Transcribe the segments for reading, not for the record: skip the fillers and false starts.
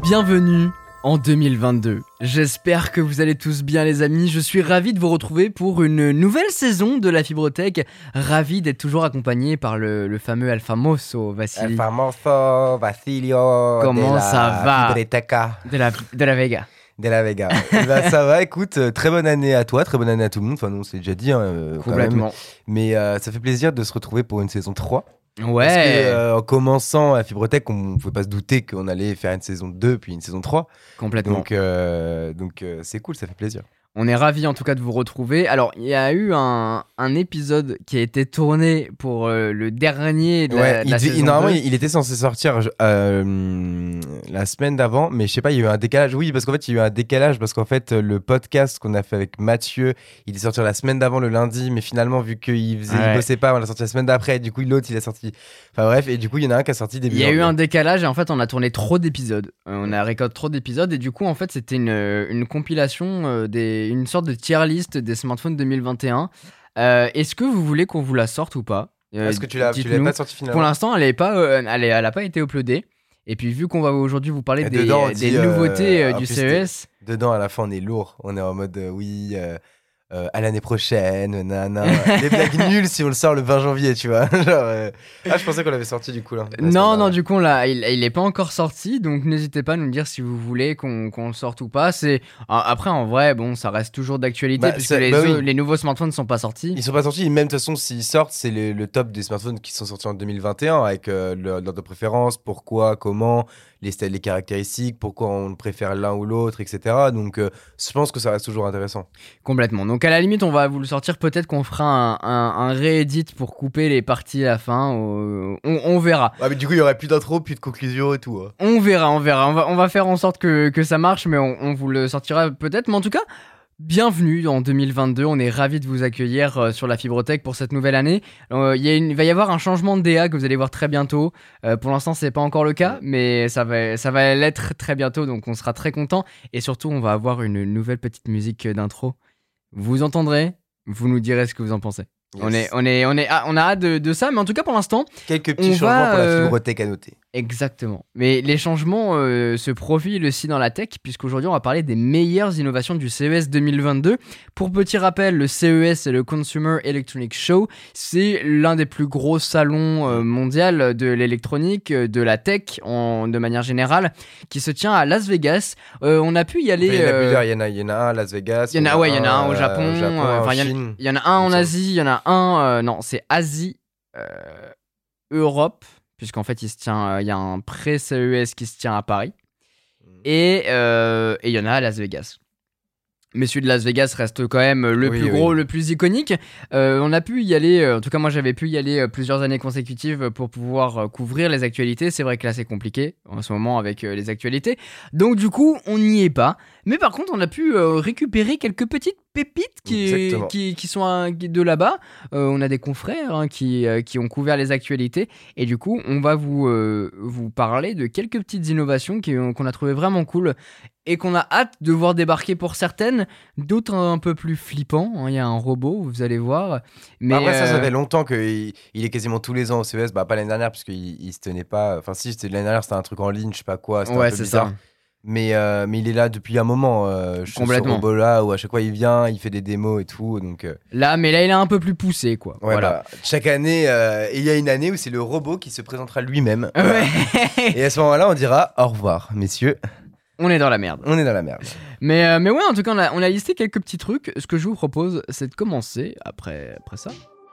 Bienvenue en 2022. J'espère que vous allez tous bien les amis. Je suis ravi de vous retrouver pour une nouvelle saison de la Fibrothèque. Ravi d'être toujours accompagné par le fameux El Famoso Vassili. El famoso Basilio. Comment ça va Fibroteca de la Vega. de la Vega. Bah, ça va, écoute, très bonne année à toi, très bonne année à tout le monde. Enfin, non, on s'est déjà dit. Complètement. Mais ça fait plaisir de se retrouver pour une saison 3. Ouais. Parce que, en commençant à Fibrothèque, on ne pouvait pas se douter qu'on allait faire une saison 2 puis une saison 3. Complètement. Donc c'est cool, ça fait plaisir. On est ravis en tout cas de vous retrouver. Alors, il y a eu un épisode qui a été tourné pour le dernier de la saison normalement, 2. il était censé sortir la semaine d'avant, mais je sais pas, il y a eu un décalage. Oui, parce qu'en fait, il y a eu un décalage parce qu'en fait, le podcast qu'on a fait avec Mathieu, il est sorti la semaine d'avant, le lundi, mais finalement, vu qu'il bossait pas, on l'a sorti la semaine d'après. Du coup, l'autre, il a sorti. Enfin bref, et du coup, il y en a un qui a sorti début. Il y a eu un décalage et en fait, on a tourné trop d'épisodes. On a récolté trop d'épisodes et du coup, en fait, c'était une compilation une sorte de tier list des smartphones 2021. Est-ce que vous voulez qu'on vous la sorte ou pas Est-ce que tu l'as pas sorti finalement? Pour l'instant, elle a pas été uploadée. Et puis vu qu'on va aujourd'hui vous parler des nouveautés du CES. Dedans, à la fin, on est lourd. On est en mode à l'année prochaine, nanana. Les blagues nulles si on le sort le 20 janvier, tu vois. Je pensais qu'on l'avait sorti du coup là. Non, du coup là, il est pas encore sorti, donc n'hésitez pas à nous dire si vous voulez qu'on le sorte ou pas. Après, en vrai, bon, ça reste toujours d'actualité puisque les nouveaux smartphones sont pas sortis. Ils sont pas sortis, même de toute façon, s'ils sortent, c'est le top des smartphones qui sont sortis en 2021 avec l'ordre de préférence, pourquoi, comment, les caractéristiques, pourquoi on préfère l'un ou l'autre, etc. Donc, je pense que ça reste toujours intéressant. Complètement. Donc, à la limite, on va vous le sortir. Peut-être qu'on fera un réédit pour couper les parties à la fin. On verra. Ah, mais du coup, il y aurait plus d'intro, plus de conclusion et tout. Hein. On verra. On va faire en sorte que ça marche, mais on vous le sortira peut-être. Mais en tout cas, bienvenue en 2022, on est ravis de vous accueillir sur la Fibrothèque pour cette nouvelle année. Il va y avoir un changement de DA que vous allez voir très bientôt. Pour l'instant, c'est pas encore le cas, mais ça va l'être très bientôt, donc on sera très content. Et surtout, on va avoir une nouvelle petite musique d'intro. Vous entendrez, vous nous direz ce que vous en pensez. Yes. On a hâte de ça, mais en tout cas pour l'instant, quelques petits changements pour la Fibrothèque à noter. Exactement. Mais les changements se profilent aussi dans la tech, puisqu'aujourd'hui on va parler des meilleures innovations du CES 2022. Pour petit rappel, le CES, c'est le Consumer Electronics Show. C'est l'un des plus gros salons mondiaux de l'électronique, de la tech de manière générale, qui se tient à Las Vegas. On a pu y aller. Il y en a plusieurs. Il y en a un à Las Vegas. Il y en a un au Japon. Il y en a un en Asie. Il y en a un. Non, c'est Asie, Europe. Puisqu'en fait, il y a un pré-CES qui se tient à Paris. Et il y en a à Las Vegas. Mais celui de Las Vegas reste quand même le plus gros, le plus iconique. On a pu y aller, en tout cas moi j'avais pu y aller plusieurs années consécutives pour pouvoir couvrir les actualités. C'est vrai que là c'est compliqué en ce moment avec les actualités. Donc du coup on n'y est pas. Mais par contre on a pu récupérer quelques petites pépites qui sont de là-bas. On a des confrères qui ont couvert les actualités. Et du coup on va vous parler de quelques petites innovations qu'on a trouvées vraiment cool. Et qu'on a hâte de voir débarquer pour certaines, d'autres un peu plus flippants. Il y a un robot, vous allez voir. Mais après, ça fait longtemps qu'il est quasiment tous les ans au CES. Pas l'année dernière, puisqu'il se tenait pas. Enfin, si, l'année dernière, c'était un truc en ligne, je sais pas quoi. C'était un peu bizarre. Ça. Mais il est là depuis un moment. Complètement. Ce robot-là, où à chaque fois il vient, il fait des démos et tout. Donc, Là, il est un peu plus poussé, quoi. Ouais, voilà. Chaque année, il y a une année où c'est le robot qui se présentera lui-même. Ouais. Et à ce moment-là, on dira au revoir, messieurs. On est dans la merde. Mais ouais, en tout cas, on a listé quelques petits trucs. Ce que je vous propose, c'est de commencer après ça.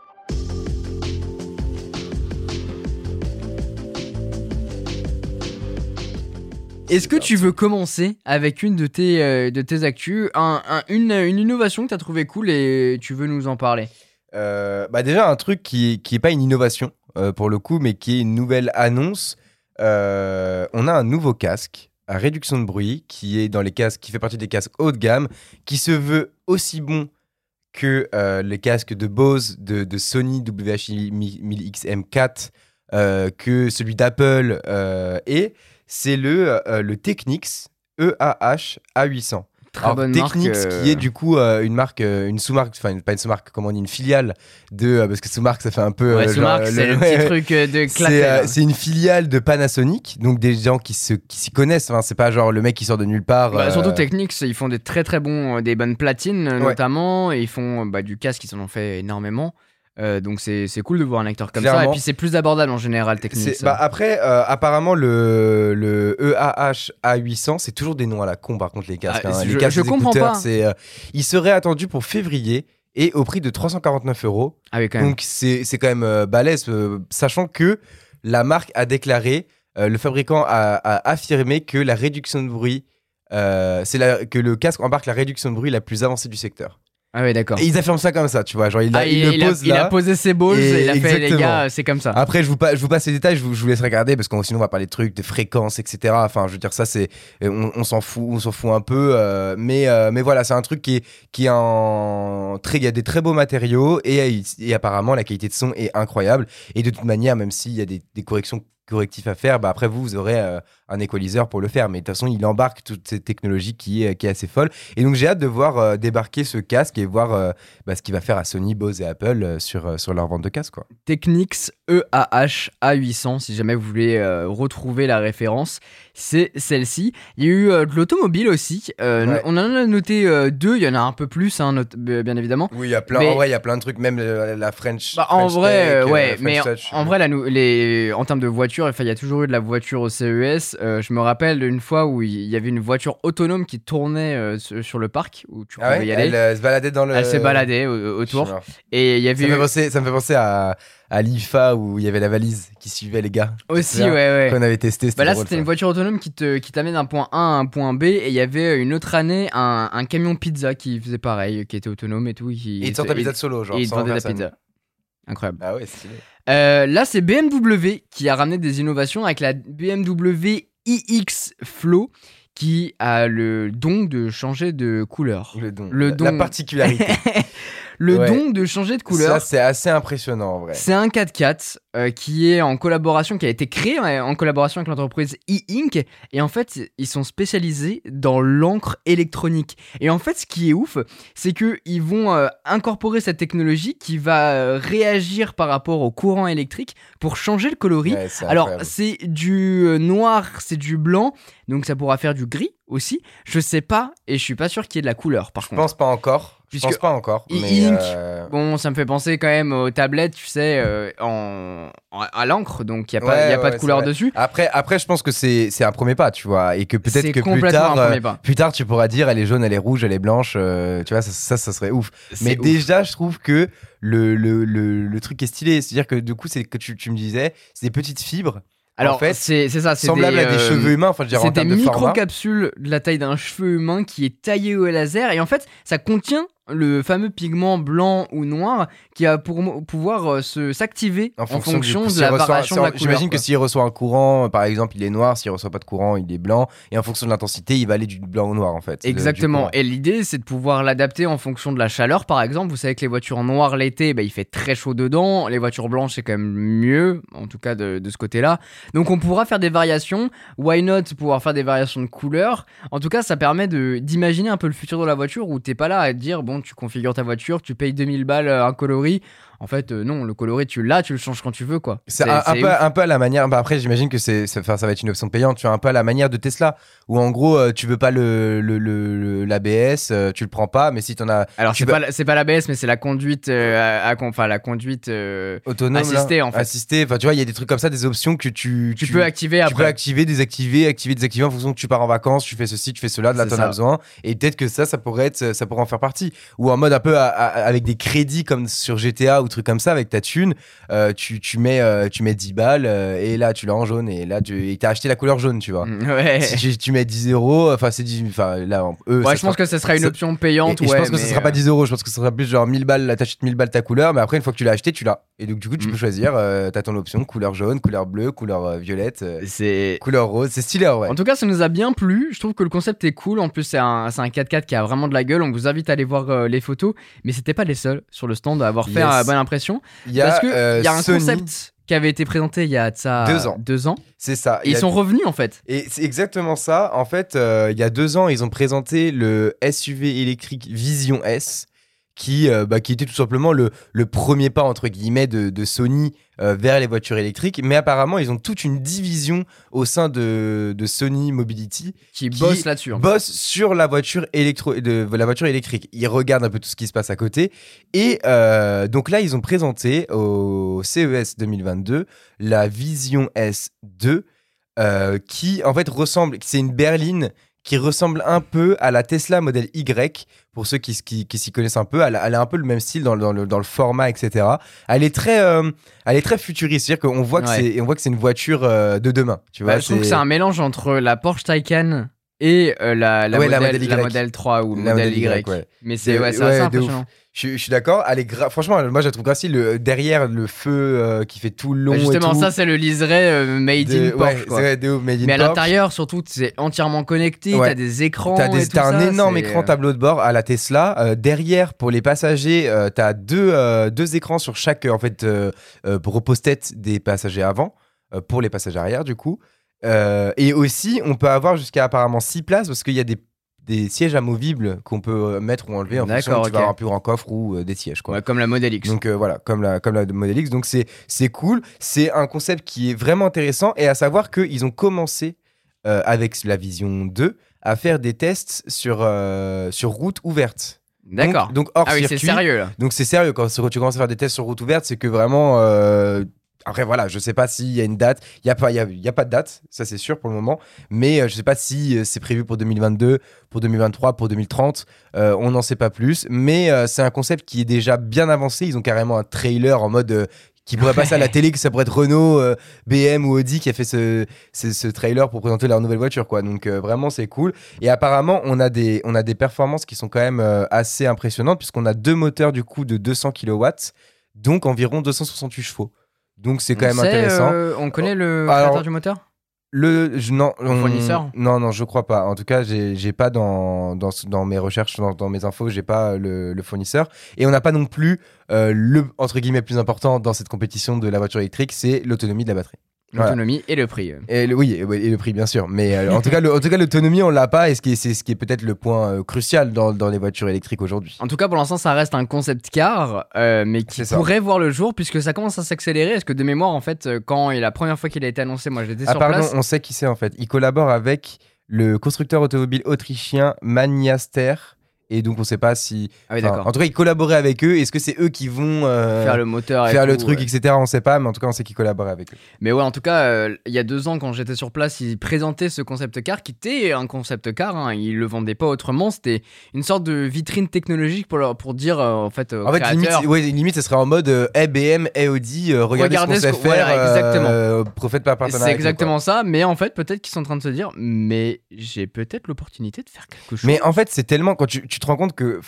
Est-ce que tu veux commencer avec une de tes actus, une innovation que tu as trouvé cool et tu veux nous en parler? Déjà, un truc qui est pas une innovation pour le coup, mais qui est une nouvelle annonce. On a un nouveau casque à réduction de bruit qui fait partie des casques haut de gamme, qui se veut aussi bon que les casques de Bose, de Sony WH-1000XM4, que celui d'Apple, et c'est le Technics EAH A800. Très bonne marque. Technics, qui est du coup une marque, une sous-marque, enfin pas une sous-marque, comment on dit, une filiale de, parce que sous-marque ça fait un peu. Ouais, sous-marque, c'est le petit truc de classe. C'est une filiale de Panasonic, donc des gens qui s'y connaissent. Enfin, c'est pas genre le mec qui sort de nulle part. Surtout Technics, ils font des très très bons, des bonnes platines notamment, et ils font du casque, ils en ont fait énormément. Donc c'est cool de voir un acteur comme ça, et puis c'est plus abordable en général Technics. Après apparemment le EAH A800 c'est toujours des noms à la con par contre les casques. Les casques, je comprends pas. Il serait attendu pour février et au prix de 349 €. Ah oui, quand même. Donc c'est quand même balèze, sachant que la marque a déclaré, le fabricant a affirmé que la réduction de bruit, que le casque embarque la réduction de bruit la plus avancée du secteur. Ah ouais, d'accord. Et ils affirment ça comme ça, tu vois. Genre, il a posé ses balls et il a fait, les gars, c'est comme ça. Après, je vous passe les détails, je vous laisse regarder parce que sinon on va parler de trucs, de fréquences, etc. Enfin, je veux dire, ça, on s'en fout un peu. Mais voilà, c'est un truc qui est il y a des très beaux matériaux et apparemment la qualité de son est incroyable. Et de toute manière, même s'il y a des correctifs à faire, après vous aurez un équaliseur pour le faire, mais de toute façon il embarque toute cette technologie qui est assez folle, et donc j'ai hâte de voir débarquer ce casque et voir ce qu'il va faire à Sony, Bose et Apple sur leur vente de casques, quoi. Technics EAH A800, si jamais vous voulez retrouver la référence, c'est celle-ci. Il y a eu de l'automobile aussi, on en a noté deux, il y en a un peu plus bien évidemment. Oui, il y a plein, en vrai il y a plein de trucs, même la French en vrai Tech, ouais, French mais Touch, en vrai en termes de voiture, il y a toujours eu de la voiture au CES. Je me rappelle d'une fois où il y avait une voiture autonome qui tournait sur le parc où tu pouvais y aller. Elle se baladait Elle s'est baladée autour. Et il y avait ça me fait penser à l'IFA où il y avait la valise qui suivait les gars. Aussi, ouais. Qu'on avait testé. Là, c'était une voiture autonome qui t'amène d'un point A à un point B. Et il y avait une autre année un camion pizza qui faisait pareil, qui était autonome et tout. Et il te sort ta pizza de solo, genre. Et il te vendait la pizza. Incroyable. Ah ouais, stylé. Là, c'est BMW qui a ramené des innovations avec la BMW iX Flow, qui a le don de changer de couleur. Le don. La particularité. Don de changer de couleur. Ça, c'est assez impressionnant en vrai. C'est un 4x4 qui a été créé en collaboration avec l'entreprise E-Ink. Et en fait, ils sont spécialisés dans l'encre électronique. Et en fait, ce qui est ouf, c'est qu'ils vont incorporer cette technologie qui va réagir par rapport au courant électrique pour changer le coloris. Ouais, alors, c'est du noir, c'est du blanc, donc ça pourra faire du gris aussi. Je sais pas, et je suis pas sûr qu'il y ait de la couleur par contre. Je pense pas encore. Mais bon, ça me fait penser quand même aux tablettes, tu sais, à l'encre, donc il n'y a pas de couleur dessus. Après, je pense que c'est un premier pas, tu vois, et que peut-être que plus tard, tu pourras dire elle est jaune, elle est rouge, elle est blanche, tu vois, ça serait ouf. Mais déjà, je trouve que le truc est stylé, c'est-à-dire que du coup, c'est que tu me disais, c'est des petites fibres. Alors, en fait, c'est ça, c'est semblable à des cheveux humains, enfin, je veux dire, en termes de format. C'est des microcapsules de la taille d'un cheveu humain qui est taillé au laser, et en fait, ça contient le fameux pigment blanc ou noir qui va pouvoir s'activer en fonction de la variation de la couleur. J'imagine que s'il reçoit un courant, par exemple, il est noir, s'il reçoit pas de courant, il est blanc, et en fonction de l'intensité, il va aller du blanc au noir en fait. Exactement, et l'idée c'est de pouvoir l'adapter en fonction de la chaleur par exemple. Vous savez que les voitures noires l'été, il fait très chaud dedans, les voitures blanches c'est quand même mieux, en tout cas de ce côté-là. Donc on pourra faire des variations, why not pouvoir faire des variations de couleurs. En tout cas ça permet d'imaginer un peu le futur de la voiture où t'es pas là à te dire bon tu configures ta voiture, tu payes 2000 balles un coloris. En fait, non, le coloris, tu l'as, tu le changes quand tu veux, quoi. C'est un peu à la manière. Après, j'imagine que ça va être une option payante. Tu as un peu à la manière de Tesla, où en gros, tu veux pas l'ABS, tu le prends pas, mais si t'en as. Alors, c'est pas l'ABS, mais c'est la conduite, la conduite autonome, assistée, là, en fait. Assistée. Enfin, tu vois, il y a des trucs comme ça, des options que tu peux activer après. Tu peux activer, désactiver en fonction que tu pars en vacances, tu fais ceci, tu fais cela, de là, t'en as besoin. Et peut-être que ça pourrait en faire partie. Ou en mode un peu avec des crédits comme sur GTA ou truc comme ça, avec ta thune, tu mets 10 balles et là tu l'as en jaune et là t'as acheté la couleur jaune, tu vois. Ouais. Si tu mets 10 €, enfin c'est 10, là je pense que ce sera une option payante. Et je pense que ce sera pas 10 €, je pense que ce sera plus genre 1000 balles, là t'achètes 1000 balles ta couleur, mais après une fois que tu l'as acheté, tu l'as. Et donc du coup tu peux choisir, t'as ton option couleur jaune, couleur bleue, couleur violette, couleur rose, c'est stylé, ouais. En tout cas ça nous a bien plu, je trouve que le concept est cool, en plus c'est un 4x4 qui a vraiment de la gueule, on vous invite à aller voir les photos, mais c'était pas les seuls sur le stand à avoir fait une bonne impression. Parce qu'il y a un Sony. concept qui avait été présenté il y a de ça 2 ans. C'est ça. Et ils sont revenus en fait. Et c'est exactement ça. En fait, il y a 2 ans, ils ont présenté le SUV électrique Vision S, qui était tout simplement le premier pas entre guillemets de Sony vers les voitures électriques. Mais apparemment, ils ont toute une division au sein de Sony Mobility qui bosse là-dessus. Bosse sur la voiture la voiture électrique. Ils regardent un peu tout ce qui se passe à côté. Et donc là, ils ont présenté au CES 2022 la Vision S2 qui en fait ressemble, c'est une berline qui ressemble un peu à la Tesla Model Y, pour ceux qui s'y connaissent un peu. Elle a un peu le même style dans le format, etc. Elle est très futuriste, c'est-à-dire qu'on voit que c'est une voiture de demain. Tu vois, je trouve que c'est un mélange entre la Porsche Taycan et la Model 3 ou la Model Y. Ouais. Mais c'est assez impressionnant. Je suis d'accord. Franchement, moi, je la trouve gracile. Derrière, le feu qui fait tout le long. Justement, et tout. ça, c'est le liseré made in Porsche. Ouais, c'est made in Mais à l'intérieur, surtout, c'est entièrement connecté. T'as des écrans. T'as un énorme écran tableau de bord à la Tesla. Derrière, pour les passagers, t'as deux écrans sur chaque repose-tête des passagers avant. Pour les passagers arrière, du coup. Et aussi, on peut avoir jusqu'à apparemment 6 places parce qu'il y a des sièges amovibles qu'on peut mettre ou enlever en fonction tu vas avoir un plus grand coffre ou des sièges, quoi. Ouais, comme la Model X. Donc voilà, comme la Model X. Donc c'est cool. C'est un concept qui est vraiment intéressant, et à savoir qu'ils ont commencé avec la Vision 2 à faire des tests sur route ouverte. D'accord. Donc hors circuit. Oui, c'est sérieux là. Donc c'est sérieux quand tu commences à faire des tests sur route ouverte, c'est que vraiment. Après voilà, je sais pas s'il y a une date, il y a pas de date, ça c'est sûr pour le moment, mais je sais pas si c'est prévu pour 2022, pour 2023, pour 2030, on n'en sait pas plus, mais c'est un concept qui est déjà bien avancé. Ils ont carrément un trailer en mode qui pourrait passer à la télé, que ça pourrait être Renault, BM ou Audi qui a fait ce trailer pour présenter leur nouvelle voiture, quoi. Donc vraiment c'est cool. Et apparemment on a des performances qui sont quand même assez impressionnantes, puisqu'on a 2 moteurs du coup de 200 kW, donc environ 268 chevaux. Donc c'est quand même intéressant. On connaît le créateur du moteur ? Le fournisseur ? Non, je crois pas. En tout cas, j'ai pas dans mes recherches, dans mes infos, j'ai pas le fournisseur. Et on n'a pas non plus le entre guillemets plus important dans cette compétition de la voiture électrique, c'est l'autonomie de la batterie. L'autonomie et le prix. Et le prix, bien sûr. Mais en tout cas, l'autonomie, on l'a pas, et c'est ce qui est peut-être le point crucial dans les voitures électriques aujourd'hui. En tout cas, pour l'instant, ça reste un concept car, mais qui pourrait voir le jour, puisque ça commence à s'accélérer. Est-ce que de mémoire, en fait, la première fois qu'il a été annoncé, moi j'étais sur place. On sait qui c'est en fait. Il collabore avec le constructeur automobile autrichien Maniaster. Et donc on sait pas si. Ah oui, d'accord. En tout cas, ils collaboraient avec eux. Est-ce que c'est eux qui vont faire le moteur, faire le truc, etc. On sait pas, mais en tout cas, on sait qu'ils collaboraient avec eux. Mais ouais, en tout cas, il y a 2 ans, quand j'étais sur place, ils présentaient ce concept car qui était un concept car. Hein, ils le vendaient pas autrement. C'était une sorte de vitrine technologique pour dire en fait. Limite, ce serait en mode BM, Audi, regardez ce qu'on sait faire. Exactement. Profite par partenariat. C'est exactement ça. Mais en fait, peut-être qu'ils sont en train de se dire, mais j'ai peut-être l'opportunité de faire quelque chose. Mais en fait, c'est tellement quand tu te rends compte que,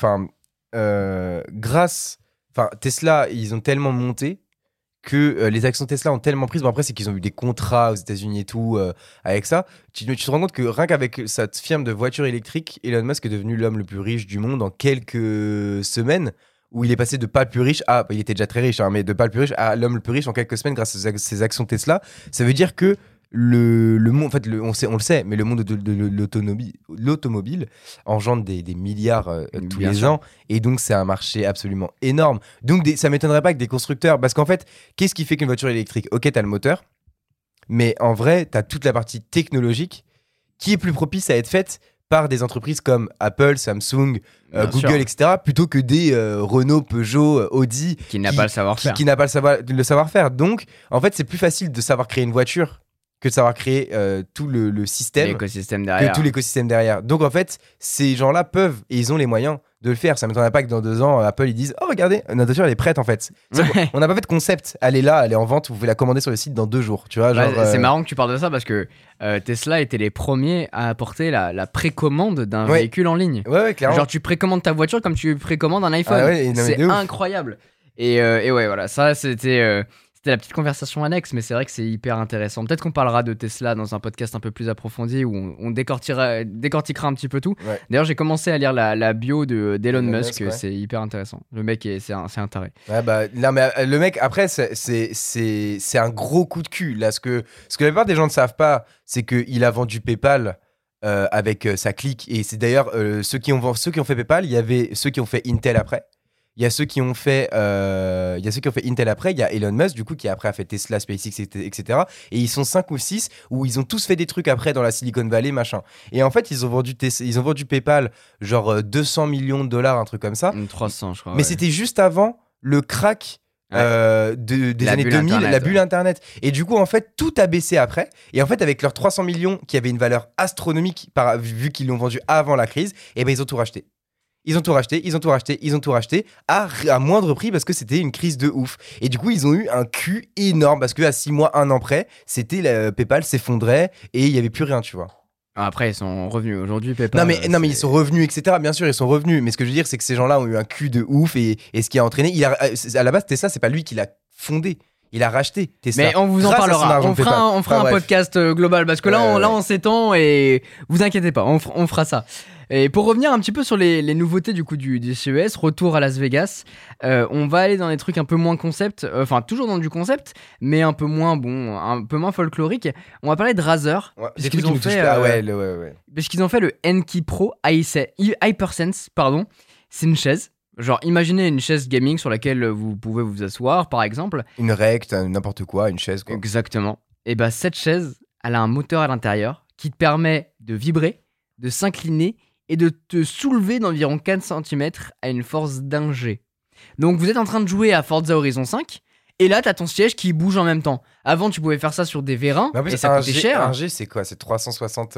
Tesla, ils ont tellement monté que les actions Tesla ont tellement pris. Bon, après, c'est qu'ils ont eu des contrats aux États-Unis et tout avec ça. Tu te rends compte que rien qu'avec cette firme de voitures électriques, Elon Musk est devenu l'homme le plus riche du monde en quelques semaines. Où il est passé de pas le plus riche à, il était déjà très riche, hein, mais de pas le plus riche à l'homme le plus riche en quelques semaines grâce à ses actions Tesla. Ça veut dire que le monde, en fait, on le sait, mais le monde de l'automobile engendre des milliards tous les ans, et donc c'est un marché absolument énorme. Donc ça m'étonnerait pas que des constructeurs, parce qu'en fait, qu'est-ce qui fait qu'une voiture électrique ? Ok, t'as le moteur, mais en vrai, t'as toute la partie technologique qui est plus propice à être faite par des entreprises comme Apple, Samsung, Google, etc., plutôt que des Renault, Peugeot, Audi qui n'a pas le savoir-faire. Qui n'a pas le savoir-faire. Donc, en fait, c'est plus facile de savoir créer une voiture que de savoir créer tout le système, l'écosystème derrière. Que tout l'écosystème derrière. Donc en fait, ces gens-là peuvent, et ils ont les moyens de le faire. Ça ne m'étonnerait pas que dans 2 ans, Apple ils disent « Oh regardez, notre voiture elle est prête en fait. » On n'a pas fait de concept, elle est là, elle est en vente, vous pouvez la commander sur le site dans 2 jours. Tu vois, c'est marrant que tu parles de ça parce que Tesla était les premiers à apporter la précommande d'un véhicule en ligne. Ouais, clairement. Genre tu précommandes ta voiture comme tu précommandes un iPhone. C'est incroyable. Et ouais, voilà, ça c'était C'était la petite conversation annexe, mais c'est vrai que c'est hyper intéressant. Peut-être qu'on parlera de Tesla dans un podcast un peu plus approfondi où on décortiquera un petit peu tout. Ouais. D'ailleurs, j'ai commencé à lire la bio d'Elon Musk, ouais. C'est hyper intéressant. Le mec, c'est un taré. Ouais, bah, non, mais le mec, après, c'est un gros coup de cul. Là, ce que la plupart des gens ne savent pas, c'est qu'il a vendu PayPal avec sa clique. Et c'est d'ailleurs ceux qui ont fait PayPal, il y avait ceux qui ont fait Intel après. Il y a ceux qui ont fait Intel après. Il y a Elon Musk, du coup, qui après a fait Tesla, SpaceX, etc. Et ils sont 5 ou 6 où ils ont tous fait des trucs après dans la Silicon Valley, machin. Et en fait, ils ont vendu PayPal, genre 200 millions de dollars, un truc comme ça. 300, je crois. Mais c'était juste avant le crack des années 2000, la bulle Internet. Et du coup, en fait, tout a baissé après. Et en fait, avec leurs 300 millions qui avaient une valeur astronomique vu qu'ils l'ont vendu avant la crise, et ben ils ont tout racheté. Ils ont tout racheté à moindre prix parce que c'était une crise de ouf. Et du coup, ils ont eu un cul énorme parce qu'à 6 mois, 1 an près, PayPal s'effondrait et il n'y avait plus rien, tu vois. Après, ils sont revenus. Aujourd'hui, PayPal. Non, mais ils sont revenus, etc. Bien sûr, ils sont revenus. Mais ce que je veux dire, c'est que ces gens-là ont eu un cul de ouf et ce qui a entraîné. À la base, Tesla, c'est pas lui qui l'a fondé. Il a racheté Tesla. Mais on vous en parlera. On fera un podcast global parce que là, on s'étend et vous inquiétez pas, on fera ça. Et pour revenir un petit peu sur les nouveautés du coup du CES, retour à Las Vegas, on va aller dans des trucs un peu moins concept, enfin toujours dans du concept, mais un peu moins folklorique. On va parler de Razer, puisqu'ils ont fait, puisqu'ils ont fait le Enki Pro Hypersense, pardon. C'est une chaise. Genre, imaginez une chaise gaming sur laquelle vous pouvez vous asseoir, par exemple. Une recte, n'importe quoi, une chaise, quoi. Exactement. Et bah, cette chaise, elle a un moteur à l'intérieur qui te permet de vibrer, de s'incliner et de te soulever d'environ 4 cm à une force d'1 G. Donc, vous êtes en train de jouer à Forza Horizon 5, et là, t'as ton siège qui bouge en même temps. Avant, tu pouvais faire ça sur des vérins, et ça coûtait cher. 1 G, c'est quoi ? C'est 360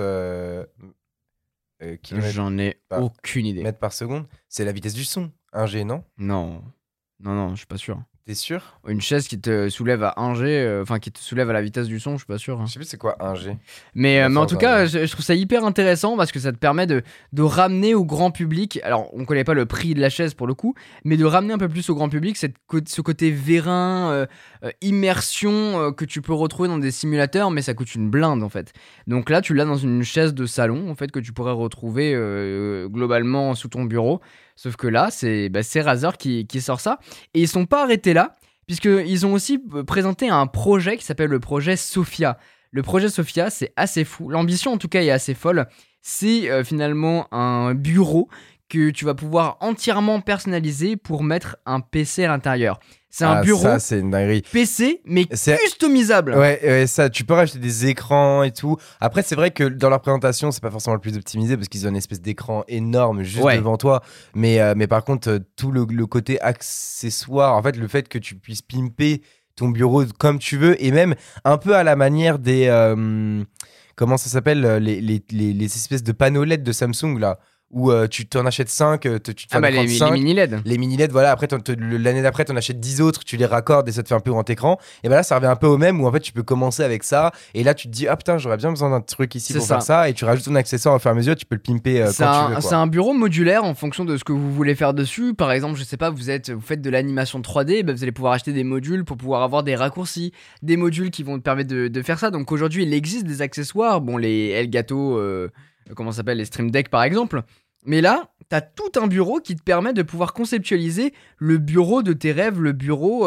km. J'en ai aucune idée. Mètres par seconde ? C'est la vitesse du son. 1 G, non ? Non, je suis pas sûr. T'es sûr ? Une chaise qui te soulève à 1 G, qui te soulève à la vitesse du son, je suis pas sûr. Je sais plus c'est quoi 1 G. Mais en tout cas, je trouve ça hyper intéressant parce que ça te permet de ramener au grand public, alors on connaît pas le prix de la chaise pour le coup, mais de ramener un peu plus au grand public ce côté vérin, immersion que tu peux retrouver dans des simulateurs, mais ça coûte une blinde en fait. Donc là, tu l'as dans une chaise de salon en fait que tu pourrais retrouver globalement sous ton bureau. Sauf que là, c'est Razer qui sort ça. Et ils sont pas arrêtés là, puisqu'ils ont aussi présenté un projet qui s'appelle le projet Sophia. Le projet Sophia, c'est assez fou. L'ambition, en tout cas, est assez folle. C'est finalement un bureau que tu vas pouvoir entièrement personnaliser pour mettre un PC à l'intérieur. C'est un bureau ça, c'est une dinguerie. PC, mais customisable. Ouais, ça, tu peux rajouter des écrans et tout. Après, c'est vrai que dans leur présentation, c'est pas forcément le plus optimisé parce qu'ils ont une espèce d'écran énorme juste devant toi. Mais par contre, tout le côté accessoire, en fait, le fait que tu puisses pimper ton bureau comme tu veux et même un peu à la manière des... comment ça s'appelle les espèces de panneaux LED de Samsung, là où tu t'en achètes 5, tu te fais les mini-LED. Les mini-LED, voilà. Après, l'année d'après, tu en achètes 10 autres, tu les raccordes et ça te fait un peu grand écran. Et ben là, ça revient un peu au même où en fait, tu peux commencer avec ça. Et là, tu te dis, ah putain, j'aurais bien besoin d'un truc ici faire ça. Et tu rajoutes ton accessoire au fur et à mesure, tu peux le pimper quand tu veux. C'est un bureau modulaire en fonction de ce que vous voulez faire dessus. Par exemple, je sais pas, vous faites de l'animation 3D, vous allez pouvoir acheter des modules pour pouvoir avoir des raccourcis, des modules qui vont te permettre de faire ça. Donc aujourd'hui, il existe des accessoires, les Elgato, comment ça s'appelle, les Stream Deck par exemple. Mais là, t'as tout un bureau qui te permet de pouvoir conceptualiser le bureau de tes rêves, le bureau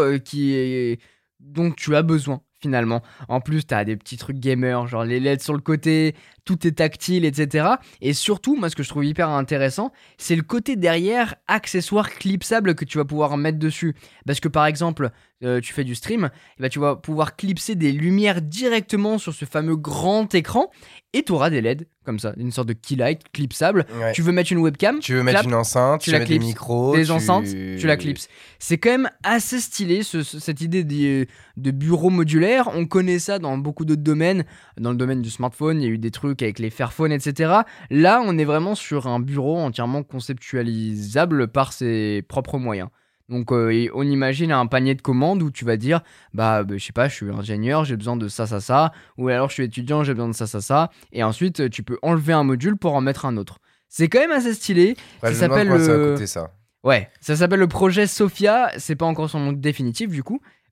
dont tu as besoin finalement. En plus, t'as des petits trucs gamers, genre les LED sur le côté, tout est tactile, etc. Et surtout, moi, ce que je trouve hyper intéressant, c'est le côté derrière accessoires clipsables que tu vas pouvoir mettre dessus. Parce que par exemple, tu fais du stream, tu vas pouvoir clipser des lumières directement sur ce fameux grand écran et tu auras des LED comme ça, une sorte de key light clipsable. Ouais. Tu veux mettre une webcam, tu veux mettre une enceinte, tu veux mettre des micros, des enceintes, tu la clipses. C'est quand même assez stylé cette idée de bureau modulaire. On connaît ça dans beaucoup d'autres domaines. Dans le domaine du smartphone, il y a eu des trucs avec les Fairphone, etc. Là, on est vraiment sur un bureau entièrement conceptualisable par ses propres moyens. Donc on imagine un panier de commandes où tu vas dire je sais pas, je suis ingénieur, j'ai besoin de ça, ou alors je suis étudiant, j'ai besoin de ça, et ensuite tu peux enlever un module pour en mettre un autre. C'est quand même assez stylé. Ça s'appelle ça va coûter ça. Ouais, ça s'appelle le projet Sophia, c'est pas encore son nom définitif du coup,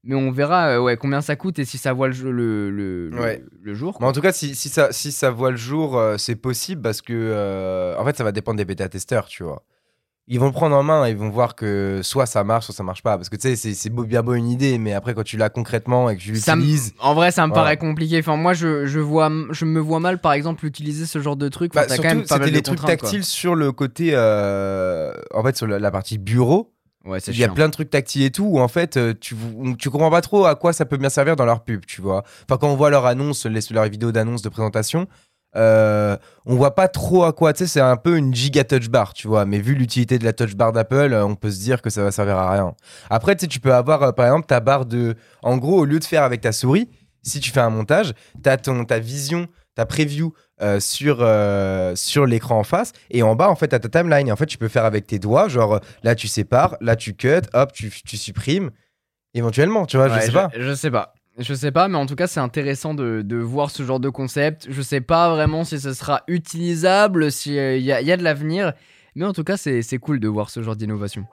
Mais on verra combien ça coûte et si ça voit le jour. Mais en tout cas, si ça voit le jour, c'est possible parce que en fait, ça va dépendre des bêta-testeurs, tu vois. Ils vont le prendre en main, ils vont voir que soit ça marche, soit ça marche pas. Parce que tu sais, c'est bien beau une idée, mais après, quand tu l'as concrètement et que tu l'utilises. En vrai, ça me paraît compliqué. Enfin, moi, je me vois mal, par exemple, utiliser ce genre de truc. Enfin, Surtout, c'était les trucs tactiles sur le côté. En fait, sur la partie bureau. Ouais, c'est il y a plein de trucs tactiles et tout où en fait tu comprends pas trop à quoi ça peut bien servir dans leur pub, tu vois. Enfin, quand on voit leur annonce, leur vidéo d'annonce de présentation, on voit pas trop à quoi. Tu sais, c'est un peu une giga touch bar, tu vois. Mais vu l'utilité de la touch bar d'Apple, on peut se dire que ça va servir à rien. Après, tu sais, tu peux avoir par exemple ta barre de. En gros, au lieu de faire avec ta souris, si tu fais un montage, t'as ta vision, ta preview sur l'écran en face, et en bas en fait t'as ta timeline, et en fait tu peux faire avec tes doigts, genre là tu sépares, là tu cut, hop tu supprimes éventuellement, tu vois. Je sais pas, mais en tout cas c'est intéressant de voir ce genre de concept. Je sais pas vraiment si ce sera utilisable, s'il y a de l'avenir, mais en tout cas c'est cool de voir ce genre d'innovation.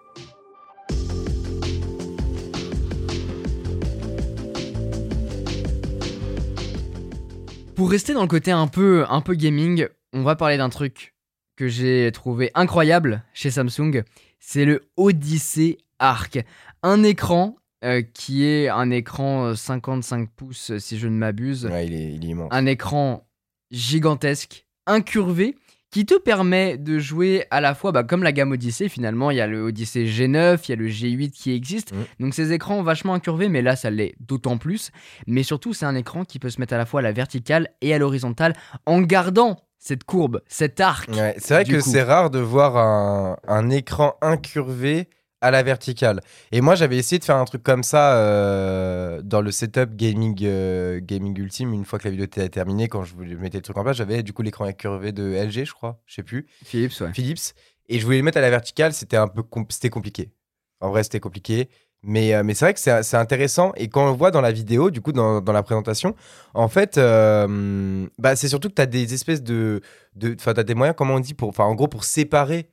Pour rester dans le côté un peu gaming, on va parler d'un truc que j'ai trouvé incroyable chez Samsung. C'est le Odyssey Arc. Un écran qui est un écran 55 pouces si je ne m'abuse. Ouais, il est immense. Un écran gigantesque, incurvé, qui te permet de jouer à la fois comme la gamme Odyssey. Finalement, il y a le Odyssey G9, il y a le G8 qui existe. Donc ces écrans vachement incurvés, mais là ça l'est d'autant plus. Mais surtout, c'est un écran qui peut se mettre à la fois à la verticale et à l'horizontale en gardant cette courbe, cet arc. Ouais, c'est vrai que c'est rare de voir un écran incurvé à la verticale. Et moi, j'avais essayé de faire un truc comme ça dans le setup gaming ultime. Une fois que la vidéo était terminée, quand je mettais le truc en place, j'avais du coup l'écran incurvé de LG, je crois, je sais plus. Philips. Et je voulais le mettre à la verticale, c'était c'était compliqué. En vrai, c'était compliqué. Mais c'est vrai que c'est intéressant. Et quand on le voit dans la vidéo, du coup, dans la présentation, en fait, c'est surtout que tu as des espèces t'as des moyens, comment on dit, en gros, pour séparer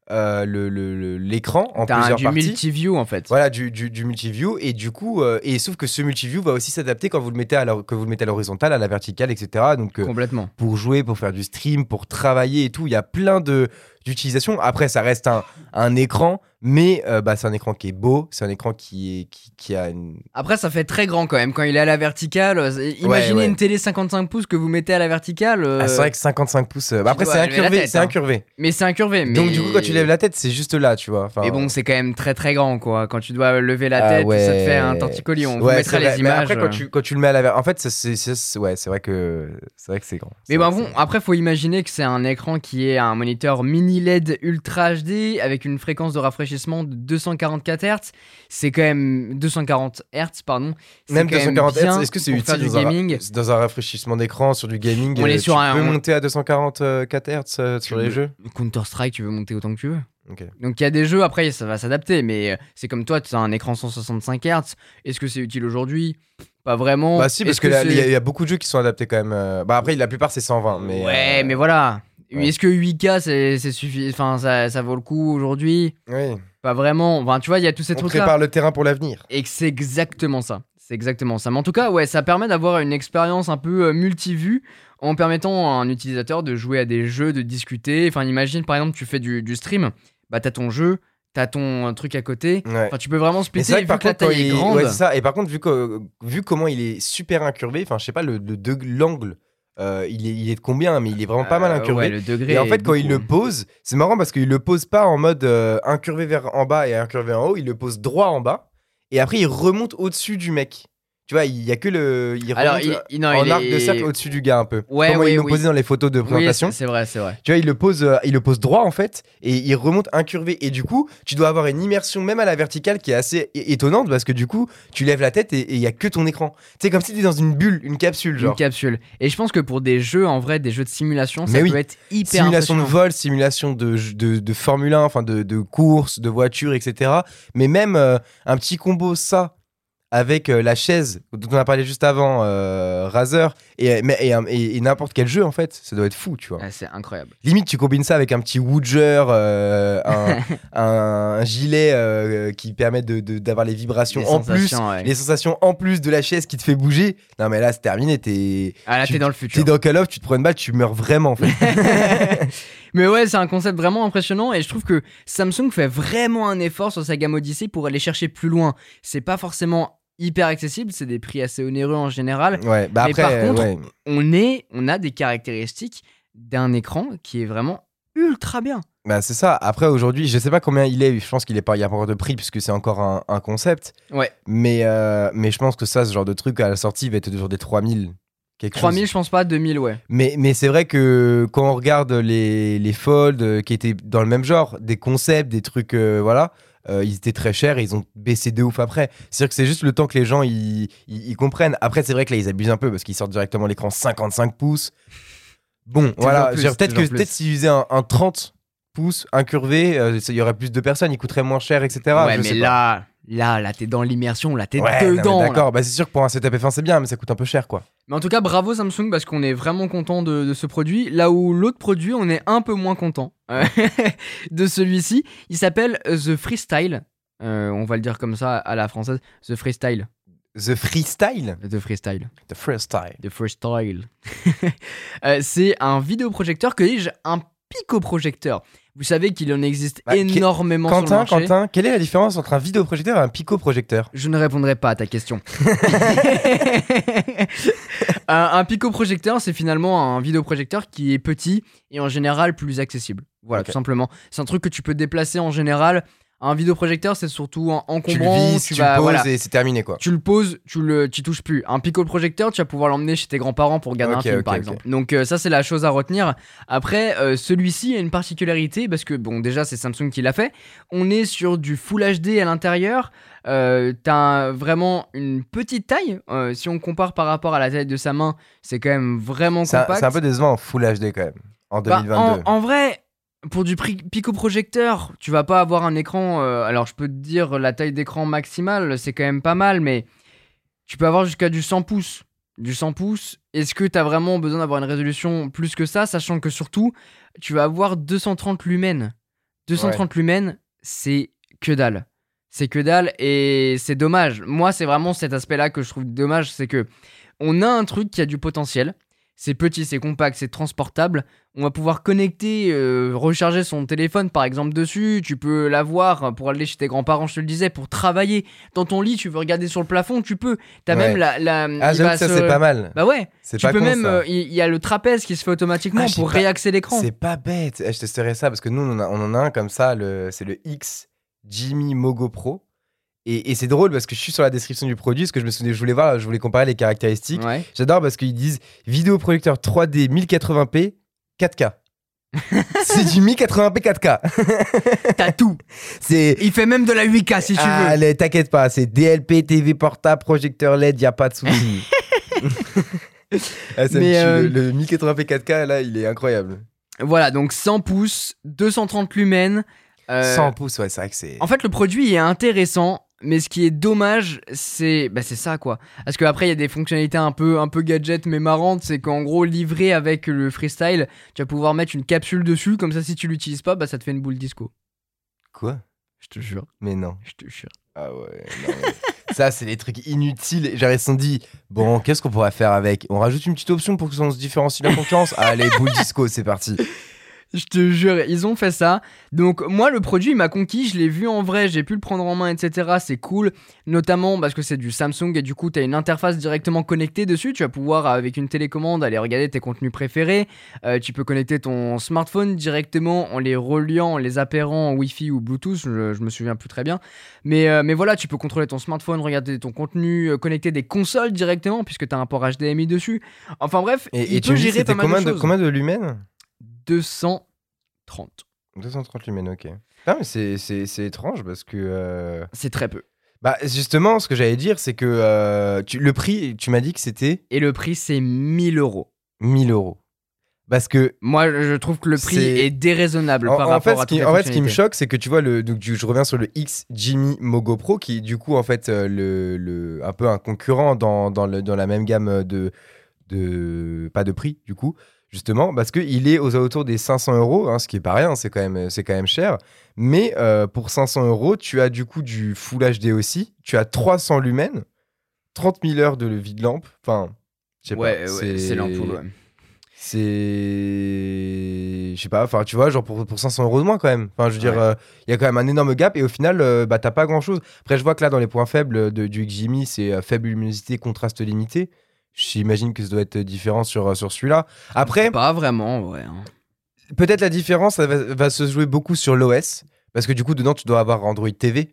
l'écran en plusieurs parties. Du multiview en fait. Voilà, du multiview, et du coup sauf que ce multiview va aussi s'adapter quand vous le mettez à l'horizontale, à la verticale, etc. Donc complètement. Pour jouer, pour faire du stream, pour travailler et tout, il y a plein d'utilisations. Après, ça reste un écran, mais c'est un écran qui est beau, c'est un écran qui a une... Après, ça fait très grand quand même quand il est à la verticale. Imaginez une télé 55 pouces que vous mettez à la verticale. C'est vrai que 55 pouces. Après, c'est incurvé. Mais c'est incurvé. Donc du coup, quand tu lèves la tête, c'est juste là, tu vois. Mais bon, c'est quand même très très grand, quoi. Quand tu dois lever la tête, ça te fait un torticolis. On vous mettra les images. Mais après, quand tu le mets à la... En fait, c'est vrai que c'est grand. Mais bon, après, faut imaginer que c'est un écran qui est un moniteur mini LED Ultra HD avec une fréquence de rafraîchissement de 244 Hz. C'est quand même 240 Hz, pardon. Même 240 Hz, est-ce que c'est utile dans un rafraîchissement d'écran sur du gaming? On est sur tu peux monter à 244 Hz sur les jeux? Counter-Strike, tu veux monter autant que tu veux. Okay. Donc il y a des jeux, après ça va s'adapter, mais c'est comme toi, tu as un écran 165 Hz. Est-ce que c'est utile aujourd'hui? Pas vraiment. Bah si, parce qu'il y a beaucoup de jeux qui sont adaptés quand même. Après, la plupart c'est 120. Mais ouais, mais voilà. Ouais. Est-ce que 8K c'est suffisant? Enfin, ça vaut le coup aujourd'hui? Oui. Pas vraiment. Enfin, tu vois, il y a tous ces trucs-là. On prépare le terrain pour l'avenir. Et c'est exactement ça. C'est exactement ça. Mais en tout cas, ouais, ça permet d'avoir une expérience un peu multivue en permettant à un utilisateur de jouer à des jeux, de discuter. Enfin, imagine par exemple, tu fais du stream, bah t'as ton jeu, t'as ton truc à côté. Ouais. Enfin, tu peux vraiment splitter. C'est vrai que vu que la taille est grande. Ouais, c'est ça. Et par contre, vu comment il est super incurvé, enfin, je sais pas, l'angle. Il est de combien, mais il est vraiment pas mal incurvé. Ouais, le degré. Et en fait, quand il le pose, c'est marrant parce qu'il le pose pas en mode incurvé vers en bas et incurvé en haut. Il le pose droit en bas et après il remonte au-dessus du mec. Tu vois, il y a que il remonte en arc de cercle au-dessus du gars un peu. Ouais, Comment ils l'ont posé dans les photos de présentation. Oui, c'est vrai. Tu vois, il le pose droit en fait et il remonte incurvé. Et du coup, tu dois avoir une immersion même à la verticale qui est assez étonnante parce que du coup, tu lèves la tête et il y a que ton écran. C'est comme si tu étais dans une bulle, une capsule genre. Une capsule. Et je pense que pour des jeux en vrai, des jeux de simulation, ça peut être hyper simulation de vol, simulation de Formule 1, enfin de course, de voiture, etc. Mais même un petit combo ça avec la chaise dont on a parlé juste avant, Razer, et n'importe quel jeu, en fait, ça doit être fou, tu vois. Ah, c'est incroyable. Limite, tu combines ça avec un petit Woodger, un gilet qui permet d'avoir les vibrations Les en plus, sensations, les sensations en plus de la chaise qui te fait bouger. Non, mais là, c'est terminé. T'es dans le futur. T'es dans Call of, tu te prends une balle, tu meurs vraiment, en fait. Mais ouais, c'est un concept vraiment impressionnant et je trouve que Samsung fait vraiment un effort sur sa gamme Odyssey pour aller chercher plus loin. C'est pas forcément hyper accessible, c'est des prix assez onéreux en général. Ouais, bah mais après, par contre, ouais. on a des caractéristiques d'un écran qui est vraiment ultra bien. Bah c'est ça. Après, aujourd'hui, je sais pas combien il est. Je pense qu'il y a pas encore de prix puisque c'est encore un concept. Ouais. Mais je pense que ça, ce genre de truc à la sortie va être toujours des 3000. 3000, je pense pas, 2000, ouais. Mais c'est vrai que quand on regarde les Fold qui étaient dans le même genre, des concepts, des trucs, voilà, ils étaient très chers et ils ont baissé de ouf après. C'est-à-dire que c'est juste le temps que les gens ils comprennennent. Après, c'est vrai que là, ils abusent un peu parce qu'ils sortent directement l'écran 55 pouces. Bon, voilà. Peut-être s'ils faisaient un 30 pouces incurvé, il y aurait plus de personnes, il coûterait moins cher, etc. Ouais, mais là, t'es dans l'immersion, là, t'es dedans. Non, d'accord, bah, c'est sûr que pour un setup F1, c'est bien, mais ça coûte un peu cher, quoi. Mais en tout cas, bravo Samsung, parce qu'on est vraiment content de ce produit. Là où l'autre produit, on est un peu moins content de celui-ci. Il s'appelle The Freestyle. On va le dire comme ça à la française. The Freestyle. The Freestyle The Freestyle. The Freestyle. The Freestyle. C'est un vidéoprojecteur, que dis-je, un picoprojecteur. Vous savez qu'il en existe énormément sur le marché. Quentin, quelle est la différence entre un vidéoprojecteur et un picoprojecteur ? Je ne répondrai pas à ta question. Un picoprojecteur, c'est finalement un vidéoprojecteur qui est petit et en général plus accessible. Voilà, tout simplement. C'est un truc que tu peux déplacer en général. Un vidéoprojecteur, c'est surtout encombrant. Tu le vises, tu le poses et c'est terminé, quoi. Tu le poses, tu touches plus. Un picoprojecteur, tu vas pouvoir l'emmener chez tes grands-parents pour regarder un film, par exemple. Donc ça, c'est la chose à retenir. Après, celui-ci a une particularité parce que, bon, déjà, c'est Samsung qui l'a fait. On est sur du Full HD à l'intérieur. T'as vraiment une petite taille. Si on compare par rapport à la taille de sa main, c'est quand même vraiment compact. C'est un peu décevant en Full HD quand même, en 2022. En vrai... Pour du picoprojecteur, tu vas pas avoir un écran. Alors, je peux te dire la taille d'écran maximale, c'est quand même pas mal, mais tu peux avoir jusqu'à du 100 pouces. Du 100 pouces, est-ce que tu as vraiment besoin d'avoir une résolution plus que ça, sachant que surtout, tu vas avoir 230 lumens. 230 lumens, c'est que dalle. C'est que dalle et c'est dommage. Moi, c'est vraiment cet aspect-là que je trouve dommage, c'est que on a un truc qui a du potentiel. C'est petit, c'est compact, c'est transportable. On va pouvoir connecter, recharger son téléphone par exemple dessus. Tu peux l'avoir pour aller chez tes grands-parents, je te le disais, pour travailler. Dans ton lit, tu veux regarder sur le plafond, tu peux. T'as même la j'avoue que ça, c'est pas mal. Bah ouais. C'est tu pas peux con, même. Il y a le trapèze qui se fait automatiquement pour réaxer l'écran. C'est pas bête. Je testerai ça parce que nous, on en a un comme ça. C'est le X Jimmy Mogo Pro. Et c'est drôle parce que je suis sur la description du produit, parce que je voulais comparer les caractéristiques. Ouais. J'adore parce qu'ils disent vidéoprojecteur 3D 1080p 4K. C'est du 1080p 4K. T'as tout. Il fait même de la 8K si tu veux. Allez, t'inquiète pas, c'est DLP, TV portable, projecteur LED, y a pas de souci. Le 1080p 4K là, il est incroyable. Voilà, donc 100 pouces, 230 lumens. 100 pouces, ouais, c'est vrai que c'est... En fait, le produit est intéressant, mais ce qui est dommage, c'est ça, quoi. Parce qu'après, il y a des fonctionnalités un peu gadget, mais marrantes. C'est qu'en gros, livré avec le Freestyle, tu vas pouvoir mettre une capsule dessus. Comme ça, si tu l'utilises pas, ça te fait une boule disco. Quoi ? Je te jure. Mais non. Je te jure. Ah ouais, non, mais... Ça, c'est des trucs inutiles. J'aurais dit, bon, qu'est-ce qu'on pourrait faire avec ? On rajoute une petite option pour que ça se différencie de la concurrence ? Allez, boule disco, c'est parti. Je te jure, ils ont fait ça. Donc moi, le produit, il m'a conquis. Je l'ai vu en vrai, j'ai pu le prendre en main, etc. C'est cool. Notamment parce que c'est du Samsung et du coup, tu as une interface directement connectée dessus. Tu vas pouvoir, avec une télécommande, aller regarder tes contenus préférés. Tu peux connecter ton smartphone directement en les reliant, en les appairant en Wi-Fi ou Bluetooth. Je me souviens plus très bien. Mais voilà, tu peux contrôler ton smartphone, regarder ton contenu, connecter des consoles directement puisque tu as un port HDMI dessus. Enfin bref, il peut gérer pas mal de choses. Combien de lumens ? 230 lumens, ok. Non, mais c'est étrange parce que... C'est très peu. Bah, justement, ce que j'allais dire, c'est que le prix, tu m'as dit que c'était... Et le prix, c'est 1 000 €. 1 000 €. Parce que moi, je trouve que le prix est déraisonnable par rapport à toutes les En fait, ce qui me fonctionnalités. choque, c'est que tu vois, donc, je reviens sur le X Jimmy Mogo Pro, qui est du coup, en fait, un peu un concurrent dans la même gamme pas de prix, du coup, justement, parce qu'il est aux alentours des 500 euros, hein, ce qui est pas rien, c'est quand même cher. Mais pour 500 euros, tu as du coup du Full HD aussi, tu as 300 lumens, 30 000 heures de vie de lampe, enfin, je sais pas. C'est l'ampoule, ouais. C'est. Je sais pas, enfin, tu vois, genre pour 500 euros de moins quand même. Enfin, je veux dire, il y a quand même un énorme gap et au final, bah, t'as pas grand chose. Après, je vois que là, dans les points faibles du Ximi, c'est faible luminosité, contraste limité. J'imagine que ça doit être différent sur celui-là. Après. Pas vraiment, ouais. Hein. Peut-être la différence, ça va se jouer beaucoup sur l'OS. Parce que du coup, dedans, tu dois avoir Android TV.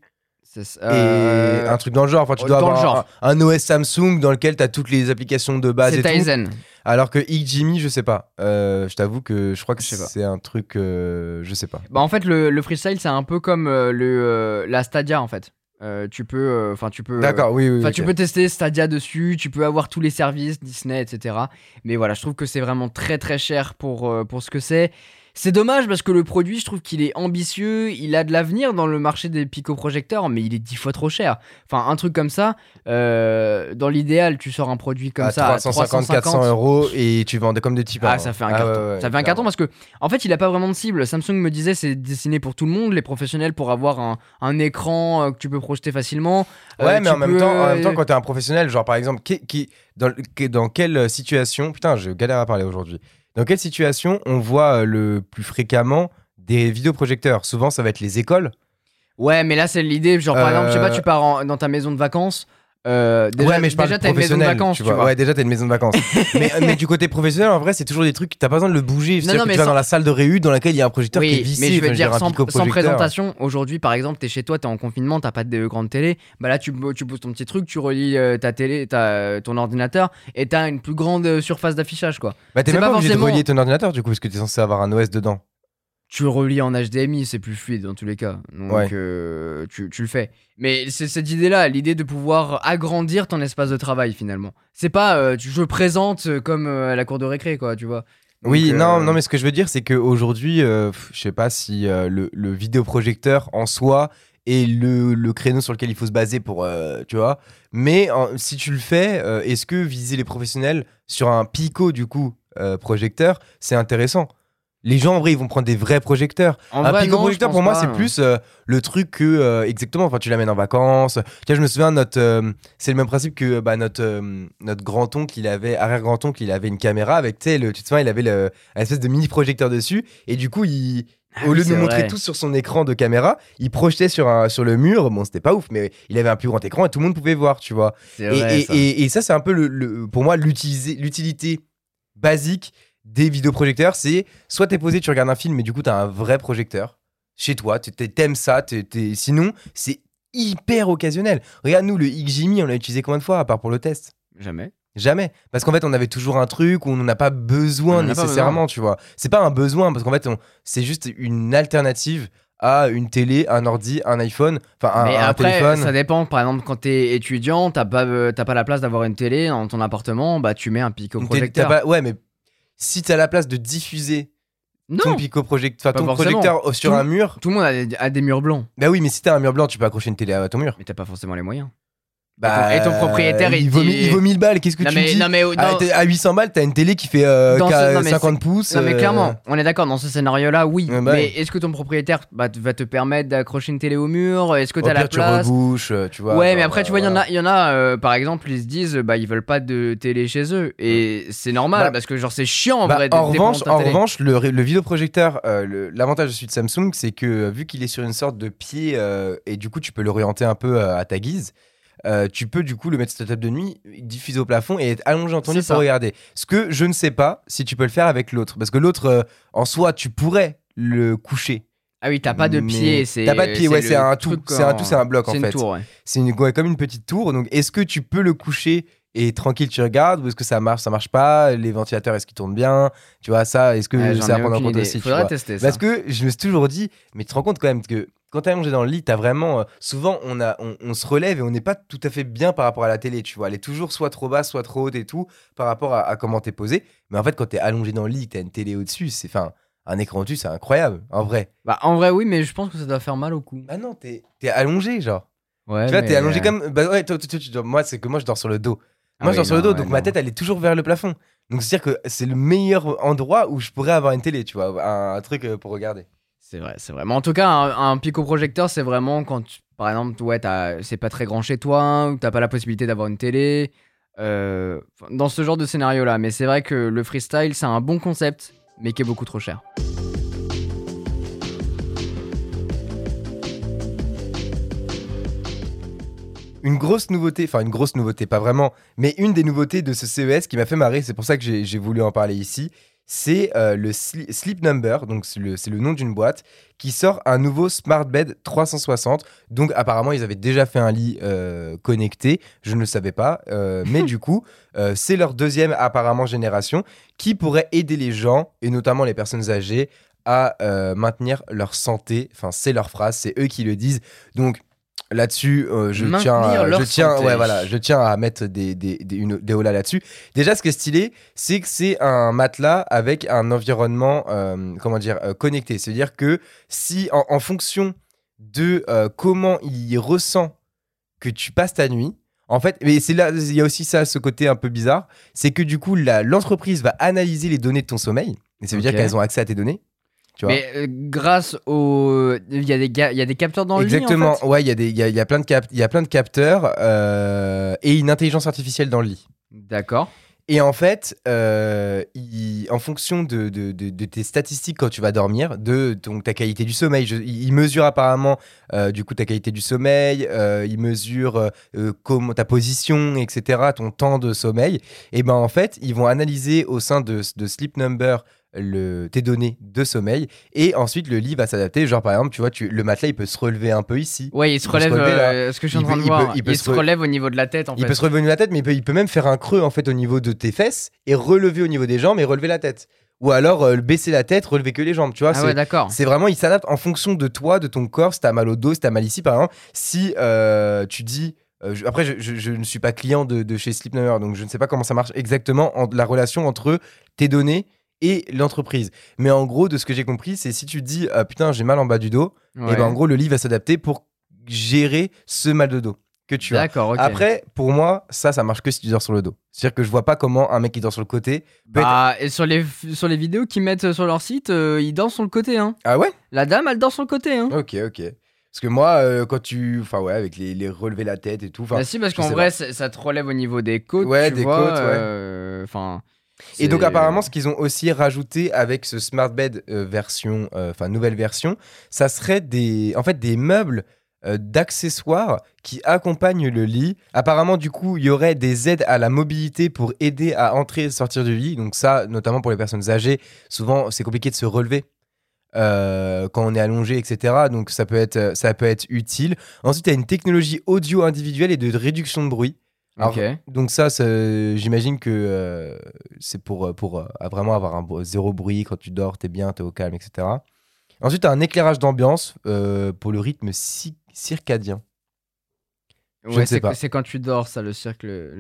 Et un truc dans le genre. Enfin, tu dois avoir un OS Samsung dans lequel tu as toutes les applications de base et Tizen. tout. Alors que Ximi, je sais pas. Je t'avoue que je crois que c'est un truc. Je sais pas. Bah, en fait, le freestyle, c'est un peu comme la Stadia, en fait. Tu peux. D'accord, oui. Okay. Tu peux tester Stadia dessus, tu peux avoir tous les services, Disney, etc. Mais voilà, je trouve que c'est vraiment très très cher pour ce que c'est. C'est dommage parce que le produit, je trouve qu'il est ambitieux, il a de l'avenir dans le marché des picoprojecteurs, mais il est 10 fois trop cher. Enfin, un truc comme ça, dans l'idéal, tu sors un produit comme ça à 350-400 euros et tu vends comme des petits pains. Ah, ça fait un carton. Ouais, ça fait un carton parce que, en fait, il a pas vraiment de cible. Samsung me disait c'est destiné pour tout le monde, les professionnels pour avoir un écran que tu peux projeter facilement. Ouais, mais en même temps, quand t'es un professionnel, genre par exemple, dans quelle situation, putain, je galère à parler aujourd'hui. Dans quelle situation on voit le plus fréquemment des vidéoprojecteurs? Souvent, ça va être les écoles. Ouais, mais là, c'est l'idée. Genre, par exemple, je sais pas, tu pars dans ta maison de vacances. Mais je parle t'as une maison de vacances, tu vois. Ouais, déjà, t'as une maison de vacances. mais du côté professionnel, en vrai, c'est toujours des trucs, t'as pas besoin de le bouger. C'est-à-dire que tu vas dans la salle de réu dans laquelle il y a un projecteur qui est vissé. Mais je veux dire, sans présentation, aujourd'hui, par exemple, t'es chez toi, t'es en confinement, t'as pas de grande télé. Bah là, tu poses ton petit truc, tu relis ta télé, ton ordinateur, et t'as une plus grande surface d'affichage, quoi. Bah, t'es même pas obligé de relier ton ordinateur, du coup, parce que t'es censé avoir un OS dedans. Tu relis en HDMI, c'est plus fluide dans tous les cas. Donc tu le fais. Mais c'est cette idée-là, l'idée de pouvoir agrandir ton espace de travail finalement. C'est pas je présente comme à la cour de récré, quoi, tu vois. Donc, oui, non, mais ce que je veux dire, c'est qu'aujourd'hui, je sais pas si le vidéoprojecteur en soi est le créneau sur lequel il faut se baser pour, tu vois. Mais si tu le fais, est-ce que viser les professionnels sur un Pico, du coup, projecteur, c'est intéressant? Les gens, en vrai, ils vont prendre des vrais projecteurs. Un pico-projecteur, pour moi, c'est plus le truc que... exactement, enfin, tu l'amènes en vacances. Tiens, je me souviens, c'est le même principe que notre grand-oncle, arrière-grand-oncle, il avait une caméra avec, tu te souviens, il avait une espèce de mini-projecteur dessus. Et du coup, au lieu de nous montrer tout sur son écran de caméra, il projetait sur le mur. Bon, c'était pas ouf, mais il avait un plus grand écran et tout le monde pouvait voir, tu vois. Et ça, c'est un peu, pour moi, l'utilité basique des vidéoprojecteurs. C'est soit t'es posé, tu regardes un film, mais du coup t'as un vrai projecteur chez toi, t'aimes ça, sinon c'est hyper occasionnel. Regarde, nous, le Ximi, on l'a utilisé combien de fois à part pour le test? Jamais. Parce qu'en fait, on avait toujours un truc où on n'en a pas besoin nécessairement, tu vois. C'est pas un besoin, parce qu'en fait, c'est juste une alternative à une télé, un ordi, un iPhone, enfin un téléphone. Ça dépend. Par exemple, quand t'es étudiant, t'as pas la place d'avoir une télé dans ton appartement, bah tu mets un pico-projecteur. Ouais, mais si t'as la place de diffuser ton pico-projecteur, ton projecteur sur un mur. Tout le monde a des murs blancs. Bah oui, mais si t'as un mur blanc, tu peux accrocher une télé à ton mur. Mais t'as pas forcément les moyens. Bah, et ton propriétaire, il vaut 1000 balles, qu'est-ce que tu dis? À 800 balles, t'as une télé qui fait 50 pouces. Non, mais clairement, on est d'accord, dans ce scénario-là, oui. Mais est-ce que ton propriétaire va te permettre d'accrocher une télé au mur? Est-ce que t'as la place? Tu rebouches, tu vois. Ouais, mais après, tu vois, il y en a par exemple, ils se disent, ils veulent pas de télé chez eux. Et c'est normal, parce que genre, c'est chiant en vrai. En revanche, le vidéoprojecteur, l'avantage de celui de Samsung, c'est que vu qu'il est sur une sorte de pied, et du coup, tu peux l'orienter un peu à ta guise. Tu peux du coup le mettre sur ta table de nuit, diffuser au plafond et être allongé dans ton lit pour regarder. Ce que je ne sais pas si tu peux le faire avec l'autre. Parce que l'autre, en soi, tu pourrais le coucher. Ah oui, t'as pas de pied. T'as pas de pied, ouais, c'est un tout. C'est un bloc en fait. C'est une tour, ouais. C'est comme une petite tour. Donc est-ce que tu peux le coucher et tranquille tu regardes, ou est-ce que ça marche pas? Les ventilateurs, est-ce qu'ils tournent bien? Tu vois, ça, est-ce que c'est à prendre en compte aussi? Faudrait tester ça. Parce que je me suis toujours dit, mais tu te rends compte quand même que quand t'es allongé dans le lit, t'as vraiment. Souvent, on se relève et on n'est pas tout à fait bien par rapport à la télé, tu vois. Elle est toujours soit trop basse, soit trop haute et tout, par rapport à comment t'es posé. Mais en fait, quand t'es allongé dans le lit, t'as une télé au-dessus, enfin, un écran au-dessus, c'est incroyable, en vrai. Bah, en vrai, oui, mais je pense que ça doit faire mal au cou. Ah non, t'es allongé, genre. Ouais, tu vois, mais... t'es allongé comme. Bah ouais, moi, c'est que moi, je dors sur le dos. Moi, je dors sur le dos, donc ma tête, elle est toujours vers le plafond. Donc, c'est-à-dire que c'est le meilleur endroit où je pourrais avoir une télé, tu vois, un truc pour regarder. C'est vrai. Mais en tout cas, un picoprojecteur, c'est vraiment quand, par exemple, ouais, c'est pas très grand chez toi, ou t'as pas la possibilité d'avoir une télé, dans ce genre de scénario-là. Mais c'est vrai que le freestyle, c'est un bon concept, mais qui est beaucoup trop cher. Une grosse nouveauté, pas vraiment, mais une des nouveautés de ce CES qui m'a fait marrer, c'est pour ça que j'ai voulu en parler ici, c'est le Sleep Number, donc c'est le nom d'une boîte, qui sort un nouveau Smart Bed 360. Donc apparemment, ils avaient déjà fait un lit connecté, je ne le savais pas, mais du coup, c'est leur deuxième apparemment génération qui pourrait aider les gens, et notamment les personnes âgées, à maintenir leur santé. Enfin, c'est leur phrase, c'est eux qui le disent. Donc là-dessus, je tiens à mettre des holas là-dessus. Déjà, ce qui est stylé, c'est que c'est un matelas avec un environnement, connecté. C'est-à-dire que si, en fonction de comment il ressent que tu passes ta nuit, en fait, mais c'est là, il y a aussi ça, ce côté un peu bizarre, c'est que du coup, l'entreprise va analyser les données de ton sommeil, et ça veut dire qu'elles ont accès à tes données. Mais grâce au, il y a des capteurs dans le lit. Exactement. En fait. Ouais, il y a plein de capteurs et une intelligence artificielle dans le lit. D'accord. Et en fait, en fonction de tes statistiques quand tu vas dormir, de ta qualité du sommeil, il mesure apparemment du coup ta qualité du sommeil, il mesure ta position, etc., ton temps de sommeil. Et ben en fait, ils vont analyser au sein de Sleep Number tes données de sommeil, et ensuite le lit va s'adapter. Genre par exemple, tu vois, le matelas il peut se relever un peu ici. Ouais, il se relève, ce que je suis en train de voir. Il se relève au niveau de la tête en fait. Il peut se relever au niveau de la tête, mais il peut même faire un creux en fait au niveau de tes fesses et relever au niveau des jambes et relever la tête. Ou alors baisser la tête, relever que les jambes, tu vois. Ah ouais, d'accord. C'est vraiment, il s'adapte en fonction de toi, de ton corps. Si t'as mal au dos, si t'as mal ici par exemple, si tu dis... après, je ne suis pas client de chez Sleep Number, donc je ne sais pas comment ça marche exactement, la relation entre tes données et l'entreprise. Mais en gros, de ce que j'ai compris, c'est si tu te dis putain, j'ai mal en bas du dos, et ben en gros, le lit va s'adapter pour gérer ce mal de dos que tu as. D'accord, ok. Après, pour moi, ça marche que si tu dors sur le dos. C'est-à-dire que je vois pas comment un mec qui dort sur le côté peut et sur les vidéos qu'ils mettent sur leur site, ils dansent sur le côté. Hein. Ah ouais ? La dame, elle dort sur le côté. Hein. Ok. Parce que moi, quand tu... Enfin ouais, avec les relever la tête et tout... Bah si, parce qu'en vrai, ça te relève au niveau des côtes, ouais, des côtes, ouais. Enfin... Et donc apparemment, ce qu'ils ont aussi rajouté avec ce Smart Bed nouvelle version, ça serait des meubles d'accessoires qui accompagnent le lit. Apparemment, du coup, il y aurait des aides à la mobilité pour aider à entrer et sortir du lit. Donc ça, notamment pour les personnes âgées, souvent c'est compliqué de se relever quand on est allongé, etc. Donc ça peut être utile. Ensuite, il y a une technologie audio individuelle et de réduction de bruit. Alors, donc ça, j'imagine que c'est pour vraiment avoir un zéro bruit quand tu dors, t'es bien, t'es au calme, etc. Ensuite, t'as un éclairage d'ambiance pour le rythme circadien. Je ne sais pas. C'est quand tu dors, ça, le cycle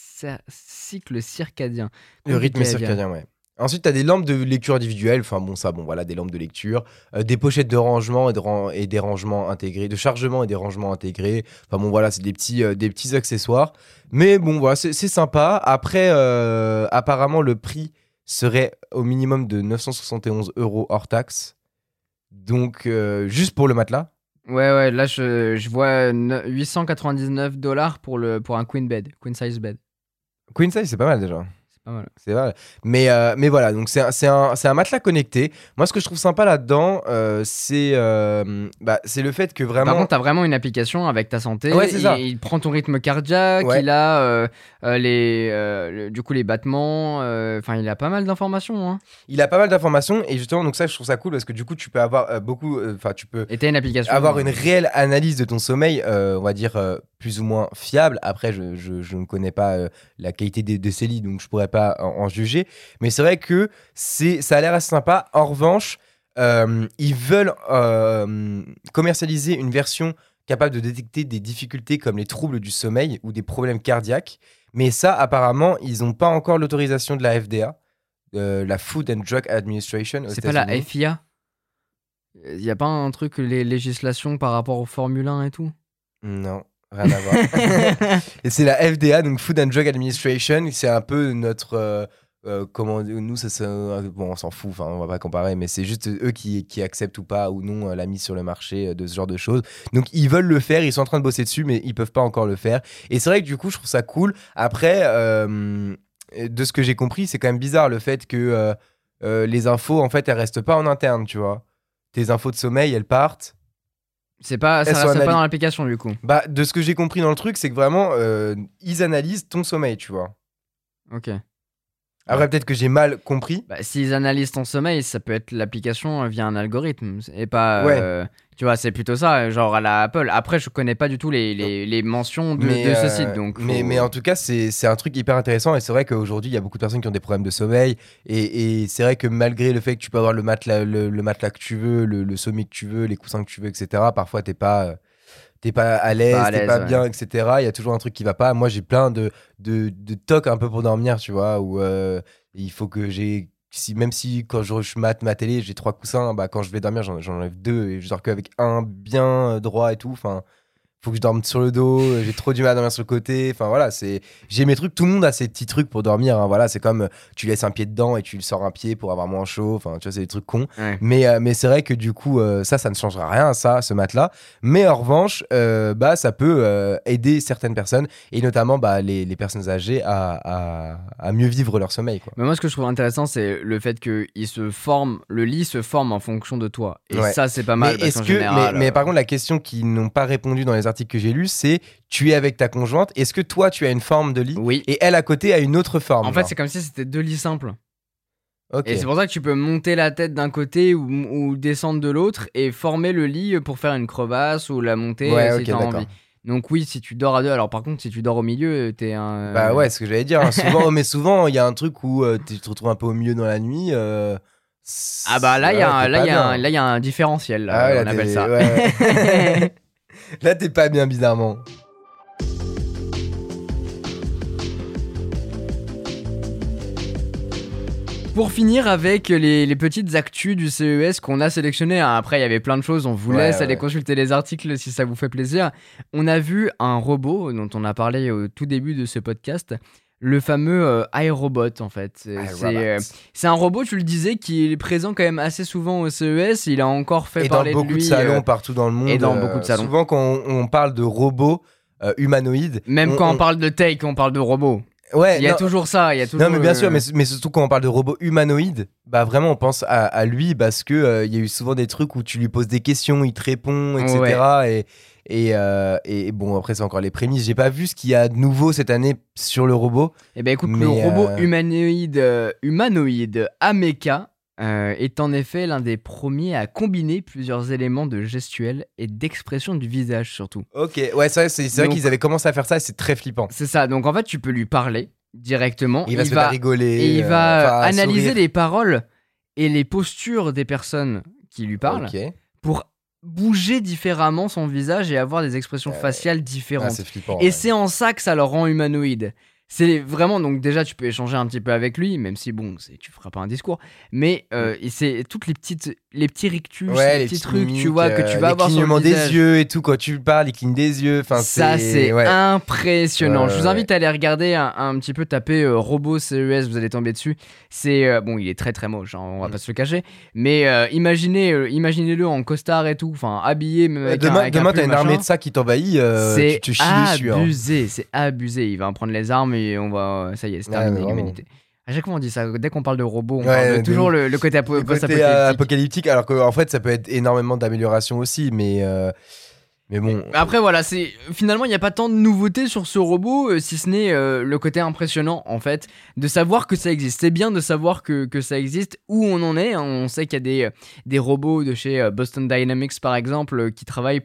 circadien. Le rythme circadien, ouais. Ensuite, tu as des lampes de lecture individuelles, des lampes de lecture, des pochettes de rangement et des rangements intégrés, de chargement et des rangements intégrés. Enfin bon, voilà, c'est des petits accessoires. Mais bon, voilà, c'est sympa. Après, apparemment, le prix serait au minimum de 971 € hors taxe. Donc, juste pour le matelas. Ouais, là, je vois 899 $ pour un queen size bed. Queen size, c'est pas mal déjà. Voilà. C'est vrai. Mais voilà, donc c'est un matelas connecté. Moi, ce que je trouve sympa là-dedans, c'est le fait que vraiment... Par contre, t'as vraiment une application avec ta santé. Ouais, c'est ça. Il prend ton rythme cardiaque, il a du coup les battements. Enfin, il a pas mal d'informations. Hein. Il a pas mal d'informations et justement, donc ça, je trouve ça cool parce que du coup, tu peux avoir tu peux une application, avoir une réelle analyse de ton sommeil, on va dire plus ou moins fiable. Après, je ne connais pas la qualité de ces lits, donc je pourrais pas en juger. Mais c'est vrai que ça a l'air assez sympa. En revanche, ils veulent commercialiser une version capable de détecter des difficultés comme les troubles du sommeil ou des problèmes cardiaques. Mais ça, apparemment, ils n'ont pas encore l'autorisation de la FDA, la Food and Drug Administration aux C'est pas la États-Unis. FIA? Il y a pas un truc, les législations par rapport au Formule 1 et tout? Non, rien à voir. Et c'est la FDA, donc Food and Drug Administration. C'est un peu notre... comment nous bon, on s'en fout, enfin on va pas comparer, mais c'est juste eux qui acceptent ou pas ou non la mise sur le marché de ce genre de choses. Donc ils veulent le faire, ils sont en train de bosser dessus, mais ils peuvent pas encore le faire. Et c'est vrai que du coup je trouve ça cool. Après de ce que j'ai compris, c'est quand même bizarre le fait que les infos en fait elles restent pas en interne, tu vois. Tes infos de sommeil elles partent. Ça reste pas dans l'application du coup. Bah de ce que j'ai compris dans le truc, c'est que vraiment ils analysent ton sommeil, tu vois. Ok. Après, peut-être que j'ai mal compris. Bah, s'ils analysent ton sommeil, ça peut être l'application via un algorithme. Et pas. Ouais. Tu vois, c'est plutôt ça, genre à la Apple. Après, je connais pas du tout les mentions de ce site. Donc mais en tout cas, c'est un truc hyper intéressant. Et c'est vrai qu'aujourd'hui, il y a beaucoup de personnes qui ont des problèmes de sommeil. Et c'est vrai que malgré le fait que tu peux avoir le matelas que tu veux, le sommier que tu veux, les coussins que tu veux, etc., parfois, t'es pas à l'aise, t'es pas bien, etc. Il y a toujours un truc qui va pas. Moi, j'ai plein de tocs un peu pour dormir, tu vois, où il faut que même si quand je mate ma télé, j'ai 3 coussins, bah, quand je vais dormir, j'en enlève 2 et je dors qu'avec un bien droit et tout. Enfin, faut que je dorme sur le dos, j'ai trop du mal à dormir sur le côté. Enfin voilà, j'ai mes trucs, tout le monde a ses petits trucs pour dormir, hein. Voilà, c'est comme tu laisses un pied dedans et tu sors un pied pour avoir moins chaud. Enfin, tu vois, c'est des trucs cons. Ouais. Mais c'est vrai que du coup, ça ne changera rien, ce matelas. Mais en revanche, bah, ça peut aider certaines personnes et notamment bah, les personnes âgées à mieux vivre leur sommeil, quoi. Mais moi, ce que je trouve intéressant, c'est le fait que le lit se forme en fonction de toi. Et Ouais. ça, c'est pas mal. Mais par contre, la question qu'ils n'ont pas répondu dans les articles que j'ai lus, c'est tu es avec ta conjointe, est-ce que toi tu as une forme de lit? Oui. Et elle à côté a une autre forme? En fait, c'est comme si c'était 2 lits simples. Ok. Et c'est pour ça que tu peux monter la tête d'un côté ou descendre de l'autre et former le lit pour faire une crevasse ou la monter si t'as envie. Donc oui, si tu dors à deux, alors par contre, si tu dors au milieu, t'es un... Bah ouais, c'est ce que j'allais dire, hein. Souvent, il y a un truc où tu te retrouves un peu au milieu dans la nuit. Ah bah là, il y a un différentiel, là, ouais, on appelle ça. Ouais. Là, t'es pas bien, bizarrement. Pour finir avec les petites actus du CES qu'on a sélectionnées, après il y avait plein de choses, on vous laisse aller consulter les articles si ça vous fait plaisir. On a vu un robot dont on a parlé au tout début de ce podcast, le fameux iRobot en fait. C'est un robot, tu le disais, qui est présent quand même assez souvent au CES, il a encore fait parler de lui. Et dans beaucoup de salons partout dans le monde. Et dans beaucoup de salons. Souvent quand on parle de robots humanoïdes... Même quand on parle de tech, on parle de robots. Ouais, il y a toujours ça. Non, mais bien sûr, mais surtout quand on parle de robots humanoïdes, bah vraiment on pense à lui parce que il y a eu souvent des trucs où tu lui poses des questions, il te répond, etc. Ouais. Et bon, après c'est encore les prémices. J'ai pas vu ce qu'il y a de nouveau cette année sur le robot. Eh ben écoute, le robot humanoïde Ameca est en effet l'un des premiers à combiner plusieurs éléments de gestuelle et d'expression du visage surtout. Ok, ouais, c'est vrai qu'ils avaient commencé à faire ça et c'est très flippant. C'est ça, donc en fait tu peux lui parler directement. Il va se mettre à rigoler. Et il va analyser les paroles et les postures des personnes qui lui parlent pour bouger différemment son visage et avoir des expressions faciales différentes. C'est flippant. Et c'est en ça que ça le rend humanoïde. C'est vraiment, donc déjà tu peux échanger un petit peu avec lui, même si bon, tu feras pas un discours, mais c'est toutes les petits rictus, les petits trucs, mimiques, tu vois, que tu vas avoir sur le visage. Des yeux et tout, quand tu parles, il cligne des yeux. Enfin, ça c'est impressionnant. Je vous invite à aller regarder un petit peu, taper robot CES, vous allez tomber dessus. C'est bon, il est très très moche, hein, on va pas se le cacher, mais imaginez-le en costard et tout, enfin habillé. Demain t'as une armée de ça qui t'envahit, tu te chies dessus. C'est abusé. Il va en prendre les armes. Et on va, ça y est, c'est terminé l'humanité. À chaque fois on dit ça, dès qu'on parle de robots, on parle toujours le côté apocalyptique, alors qu'en fait ça peut être énormément d'améliorations aussi, mais bon. Après voilà, finalement il n'y a pas tant de nouveautés sur ce robot, si ce n'est le côté impressionnant en fait, de savoir que ça existe. C'est bien de savoir que ça existe, où on en est. On sait qu'il y a des robots de chez Boston Dynamics par exemple qui travaillent pour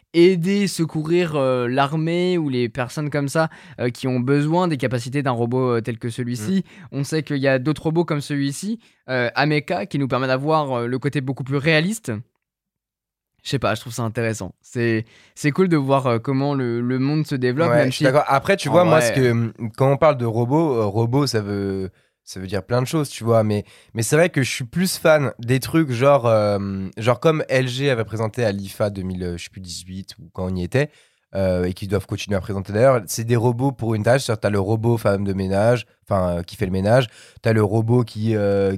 aider, secourir l'armée ou les personnes comme ça qui ont besoin des capacités d'un robot tel que celui-ci. On sait qu'il y a d'autres robots comme celui-ci, Ameca, qui nous permet d'avoir le côté beaucoup plus réaliste. Je sais pas, je trouve ça intéressant. C'est cool de voir comment le monde se développe. Ouais, même je suis si... d'accord. Après, tu vois, vrai, moi, quand on parle de robot, ça veut dire plein de choses, tu vois. Mais c'est vrai que je suis plus fan des trucs genre comme LG avait présenté à l'IFA 2018 ou quand on y était, et qui doivent continuer à présenter d'ailleurs. C'est des robots pour une tâche. C'est-à-dire, t'as le robot femme de ménage, qui fait le ménage. T'as le robot qui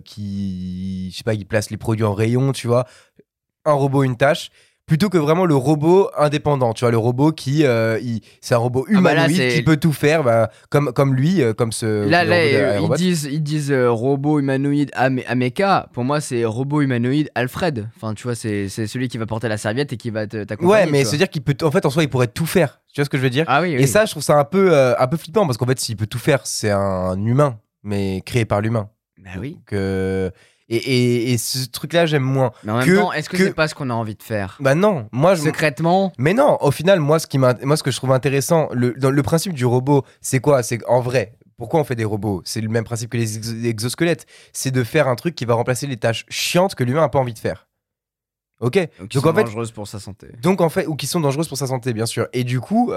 je sais pas, qui place les produits en rayon, tu vois. Un robot, une tâche, plutôt que vraiment le robot indépendant, tu vois, le robot qui c'est un robot humanoïde qui peut tout faire, comme lui, comme ce ils disent robot humanoïde Ameca. Pour moi, c'est robot humanoïde Alfred. Enfin, tu vois, c'est celui qui va porter la serviette et qui va t'accompagner. Ouais, mais c'est-à-dire qu'il peut, en fait, en soi, il pourrait tout faire. Tu vois ce que je veux dire? Ah oui, oui. Et ça, je trouve ça un peu flippant, parce qu'en fait, s'il peut tout faire, c'est un humain, mais créé par l'humain. Bah oui. Donc, et ce truc-là, j'aime moins. Mais en même temps, est-ce que c'est pas ce qu'on a envie de faire? Bah non, moi secrètement. Mais non, au final, moi ce que je trouve intéressant, dans le principe du robot, c'est quoi? C'est en vrai, pourquoi on fait des robots? C'est le même principe que les exosquelettes. C'est de faire un truc qui va remplacer les tâches chiantes que l'humain a pas envie de faire. Ok. Donc en fait, dangereuses pour sa santé. Donc en fait, ou qui sont dangereuses pour sa santé, bien sûr. Et du coup,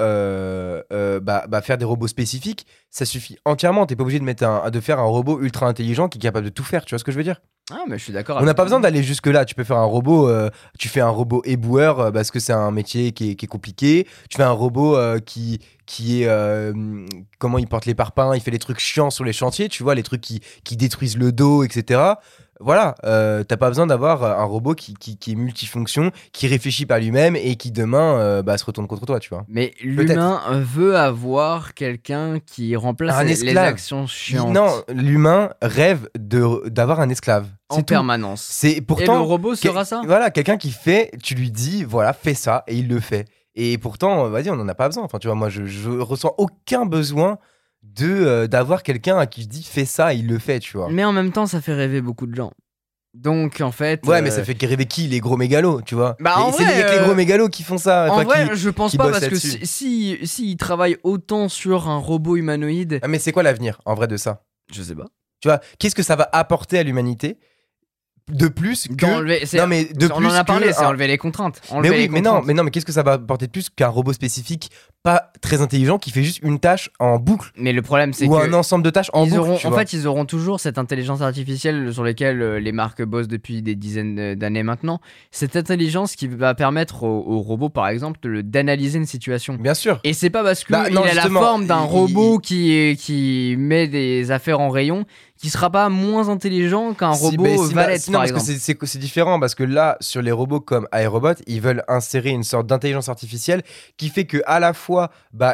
faire des robots spécifiques, ça suffit entièrement. T'es pas obligé de faire un robot ultra intelligent qui est capable de tout faire. Tu vois ce que je veux dire? Ah, mais je suis d'accord. On n'a pas besoin d'aller jusque là. Tu peux faire un robot. Tu fais un robot éboueur parce que c'est un métier qui est compliqué. Tu fais un robot qui est comment il porte les parpaings, il fait les trucs chiants sur les chantiers. Tu vois, les trucs qui détruisent le dos, etc. Voilà, t'as pas besoin d'avoir un robot qui est multifonction, qui réfléchit par lui-même et qui demain se retourne contre toi, tu vois. Mais l'humain veut avoir quelqu'un qui remplace les actions chiantes. Non, l'humain rêve d'avoir un esclave. En permanence. C'est pourtant. Et le robot sera ça. Voilà, quelqu'un qui fait, tu lui dis, voilà, fais ça, et il le fait. Et pourtant, vas-y, on en a pas besoin. Enfin, tu vois, moi, je ressens aucun besoin d'avoir quelqu'un à qui je dis fais ça et il le fait, tu vois. Mais en même temps, ça fait rêver beaucoup de gens. Donc en fait. Ouais, mais ça fait rêver qui? Les gros mégalos, tu vois. Bah, c'est les gros mégalos qui font ça. En vrai, je pense pas parce que si travaillent autant sur un robot humanoïde. Ah, mais c'est quoi l'avenir en vrai de ça? Je sais pas. Tu vois, qu'est-ce que ça va apporter à l'humanité? De plus que on en a parlé, c'est enlever les contraintes. Mais qu'est-ce que ça va apporter de plus qu'un robot spécifique pas très intelligent qui fait juste une tâche en boucle? Mais le problème c'est ou un ensemble de tâches en boucle. En fait, ils auront toujours cette intelligence artificielle sur laquelle les marques bossent depuis des dizaines d'années maintenant. Cette intelligence qui va permettre au robot, par exemple, d'analyser une situation. Bien sûr. Et c'est pas parce qu'il a la forme d'un robot qui met des affaires en rayon qui sera pas moins intelligent qu'un robot valette, par exemple. Parce que c'est différent, parce que là, sur les robots comme iRobot, ils veulent insérer une sorte d'intelligence artificielle qui fait que à la fois,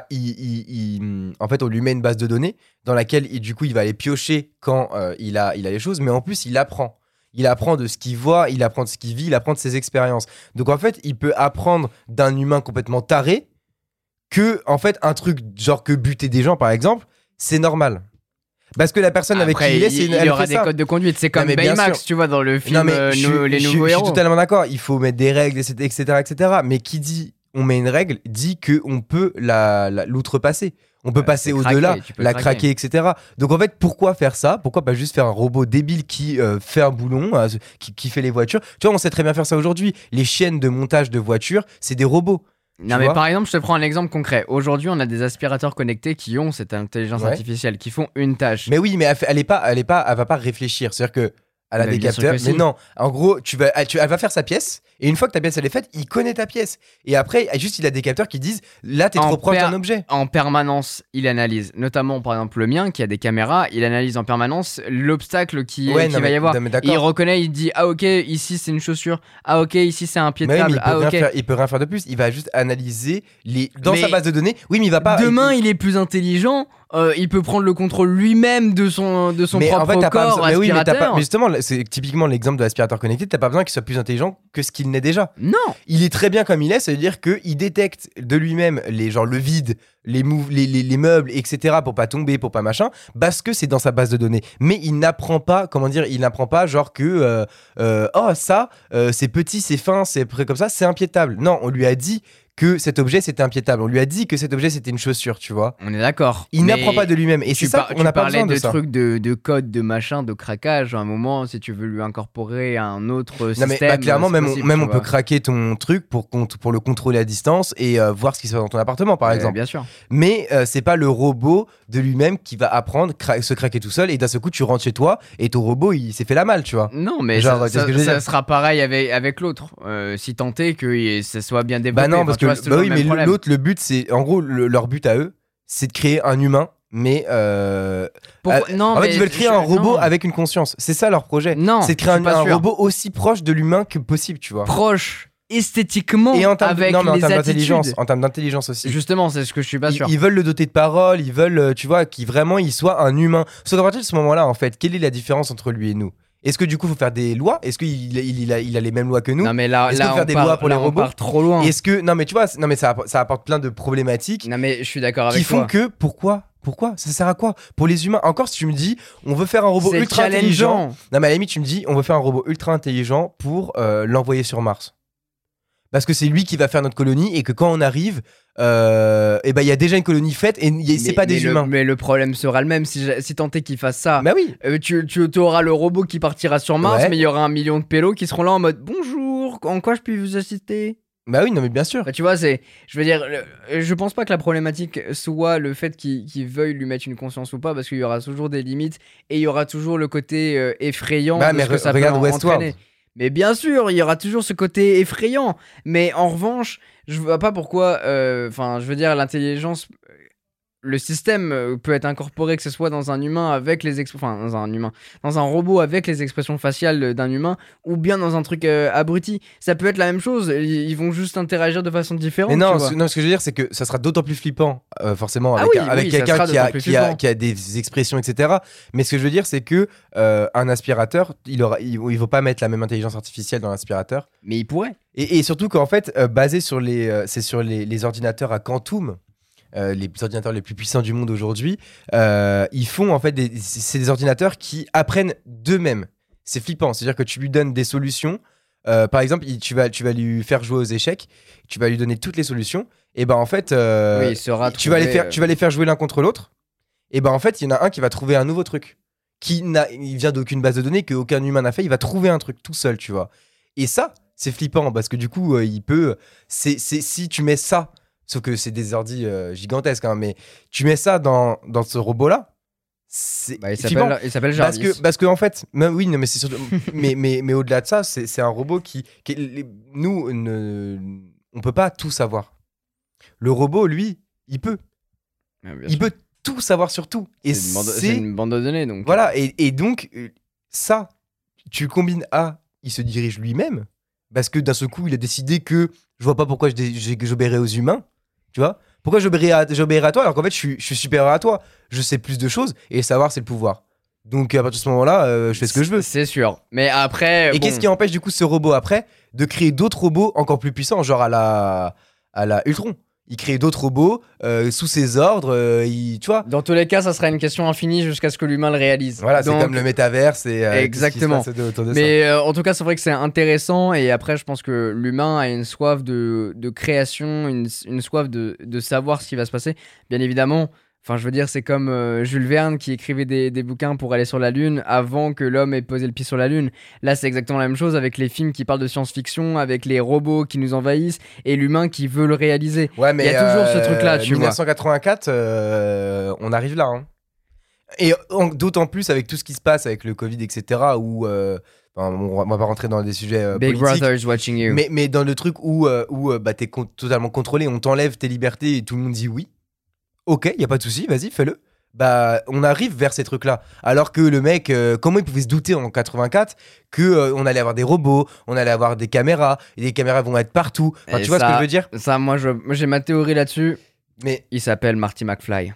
en fait, on lui met une base de données dans laquelle, du coup, il va aller piocher quand il a les choses, mais en plus, il apprend. Il apprend de ce qu'il voit, il apprend de ce qu'il vit, il apprend de ses expériences. Donc, en fait, il peut apprendre d'un humain complètement taré que, en fait, un truc genre que buter des gens, par exemple, c'est normal. Parce que la personne avec qui il est, il y aura des codes de conduite. C'est comme Baymax, tu vois, dans le film Les Nouveaux Héros. Je suis totalement d'accord. Il faut mettre des règles, etc., etc. Mais qui dit on met une règle, dit qu'on peut l'outrepasser. On peut passer au-delà, la craquer, etc. Donc en fait, pourquoi faire ça? Pourquoi pas juste faire un robot débile qui fait un boulon, qui fait les voitures? Tu vois, on sait très bien faire ça aujourd'hui. Les chaînes de montage de voitures, c'est des robots. Non, mais par exemple, je te prends un exemple concret. Aujourd'hui, on a des aspirateurs connectés qui ont cette intelligence artificielle, qui font une tâche. Mais oui, mais elle va pas réfléchir. C'est-à-dire que elle a des capteurs. Mais non, en gros, elle va faire sa pièce. Et une fois que ta pièce elle est faite, il connaît ta pièce. Et après, juste il a des capteurs qui disent là, t'es trop proche d'un objet. En permanence, il analyse. Notamment, par exemple, le mien qui a des caméras, il analyse en permanence l'obstacle qu'il va y avoir. Il reconnaît, il dit ah ok, ici c'est une chaussure. Ah ok, ici c'est un pied de table. Il peut rien faire de plus. Il va juste analyser dans sa base de données. Oui, mais il va pas. Demain, il est plus intelligent. Il peut prendre le contrôle lui-même de son propre corps aspirateur. Mais justement, c'est typiquement l'exemple de l'aspirateur connecté. T'as pas besoin qu'il soit plus intelligent que ce qu'il n'est déjà. Non. Il est très bien comme il est. Ça veut dire qu'il détecte de lui-même le vide, les meubles, etc. pour pas tomber, pour pas machin, parce que c'est dans sa base de données. Mais il n'apprend pas, genre que ça, c'est petit, c'est fin, c'est près comme ça, c'est un pied de table. Non, on lui a dit que cet objet c'était un piétable. On lui a dit que cet objet c'était une chaussure, tu vois. On est d'accord. Il n'apprend pas de lui-même. Et c'est ça, on n'a pas besoin de ça. Tu parlais de trucs de code, de machin, de craquage. À un moment, si tu veux lui incorporer un autre système. Non, mais clairement, même on peut craquer ton truc pour le contrôler à distance et voir ce qui se passe dans ton appartement, par exemple. Bien sûr. Mais c'est pas le robot de lui-même qui va apprendre se craquer tout seul et d'un seul coup tu rentres chez toi et ton robot il s'est fait la malle, tu vois. Non, mais genre, ça sera pareil avec l'autre. Si tant est que ça soit bien développé. Bah non, parce que oui, mais l'autre, le but c'est, en gros, leur but à eux, c'est de créer un humain. Mais en fait, ils veulent créer un robot avec une conscience. C'est ça leur projet. Non, c'est de créer un robot aussi proche de l'humain que possible, tu vois. Proche esthétiquement et en termes avec en termes d'intelligence. En termes d'intelligence aussi. Justement, c'est ce que je suis pas sûr. Ils veulent le doter de parole, ils veulent, tu vois, qu'il vraiment il soit un humain. Sauf qu'à partir de ce moment-là, en fait, quelle est la différence entre lui et nous ? Est-ce que du coup, il faut faire des lois ? Est-ce qu'il a les mêmes lois que nous ? Non, mais là, est-ce qu'il faut faire des lois pour les robots ? On part trop loin. Est-ce que non, mais tu vois, mais ça apporte plein de problématiques. Non, mais je suis d'accord avec toi. Qui font que pourquoi ça sert à quoi pour les humains ? Encore, si tu me dis, on veut faire un robot ultra intelligent. Non, mais à la limite, tu me dis, on veut faire un robot ultra intelligent pour l'envoyer sur Mars. Parce que c'est lui qui va faire notre colonie et que quand on arrive, et ben il y a déjà une colonie faite et c'est pas des humains. Mais le problème sera le même si tant est qu'il fasse ça. Bah oui. Tu auras le robot qui partira sur Mars, mais il y aura 1 million de pélos qui seront là en mode bonjour, en quoi je puis vous assister ? Bah oui, non mais bien sûr. Bah, tu vois, je veux dire, je pense pas que la problématique soit le fait qu'ils veuillent lui mettre une conscience ou pas, parce qu'il y aura toujours des limites et il y aura toujours le côté effrayant de ce que ça peut entraîner. Mais bien sûr, il y aura toujours ce côté effrayant. Mais en revanche, je vois pas pourquoi. Enfin, je veux dire, l'intelligence, le système peut être incorporé, que ce soit dans un humain avec les dans un robot avec les expressions faciales d'un humain, ou bien dans un truc abruti. Ça peut être la même chose. Ils vont juste interagir de façon différente. Mais non, ce que je veux dire, c'est que ça sera d'autant plus flippant, forcément, avec quelqu'un qui a des expressions, etc. Mais ce que je veux dire, c'est que un aspirateur, il faut pas mettre la même intelligence artificielle dans l'aspirateur. Mais il pourrait. Et surtout qu'en fait, basé sur les ordinateurs à quantum. Les ordinateurs les plus puissants du monde aujourd'hui, ils font en fait c'est des ordinateurs qui apprennent d'eux-mêmes. C'est flippant, c'est-à-dire que tu lui donnes des solutions. Par exemple, tu vas lui faire jouer aux échecs, tu vas lui donner toutes les solutions, et ben en fait, tu vas les faire jouer l'un contre l'autre. Et ben en fait, il y en a un qui va trouver un nouveau truc il vient d'aucune base de données, qu'aucun humain n'a fait. Il va trouver un truc tout seul, tu vois. Et ça, c'est flippant parce que du coup, il peut. Si tu mets ça. Sauf que c'est des ordis gigantesques, hein, mais tu mets ça dans ce robot-là, c'est il s'appelle Jarvis. Parce que en fait, oui, non, mais c'est surtout, mais au-delà de ça, c'est un robot nous, on peut pas tout savoir. Le robot, lui, il peut. Il peut tout savoir sur tout. Et c'est une bande de données, donc. Voilà, et donc, ça, tu combines il se dirige lui-même, parce que d'un seul coup, il a décidé que je vois pas pourquoi j'obéirais aux humains. Tu vois ? Pourquoi j'obéirais à toi alors qu'en fait je suis supérieur à toi. Je sais plus de choses et savoir c'est le pouvoir. Donc à partir de ce moment-là, je fais ce que je veux. C'est sûr. Mais après. Et qu'est-ce qui empêche du coup ce robot après de créer d'autres robots encore plus puissants, genre à la Ultron ? Il crée d'autres robots sous ses ordres, tu vois. Dans tous les cas, ça sera une question infinie jusqu'à ce que l'humain le réalise. Voilà, donc, c'est comme le métaverse et exactement. Tout ce qui se passe autour de mais ça. En tout cas, c'est vrai que c'est intéressant et après, je pense que l'humain a une soif de création, une soif de savoir ce qui va se passer. Bien évidemment. Enfin, je veux dire, c'est comme Jules Verne qui écrivait des bouquins pour aller sur la Lune avant que l'homme ait posé le pied sur la Lune. Là, c'est exactement la même chose avec les films qui parlent de science-fiction, avec les robots qui nous envahissent et l'humain qui veut le réaliser. Ouais, mais il y a toujours ce truc-là, tu 1984, on arrive là. Hein. Et d'autant plus avec tout ce qui se passe avec le Covid, etc., où... on va pas rentrer dans des sujets Big politiques, Brother's watching you. Mais dans le truc où t'es totalement contrôlé, on t'enlève tes libertés et tout le monde dit oui. Ok, y a pas de souci, vas-y, fais-le. Bah, on arrive vers ces trucs-là. Alors que le mec, comment il pouvait se douter en 84 que on allait avoir des robots, on allait avoir des caméras, et les caméras vont être partout. Enfin, tu vois ce que je veux dire ? Ça, moi, j'ai ma théorie là-dessus. Mais il s'appelle Marty McFly.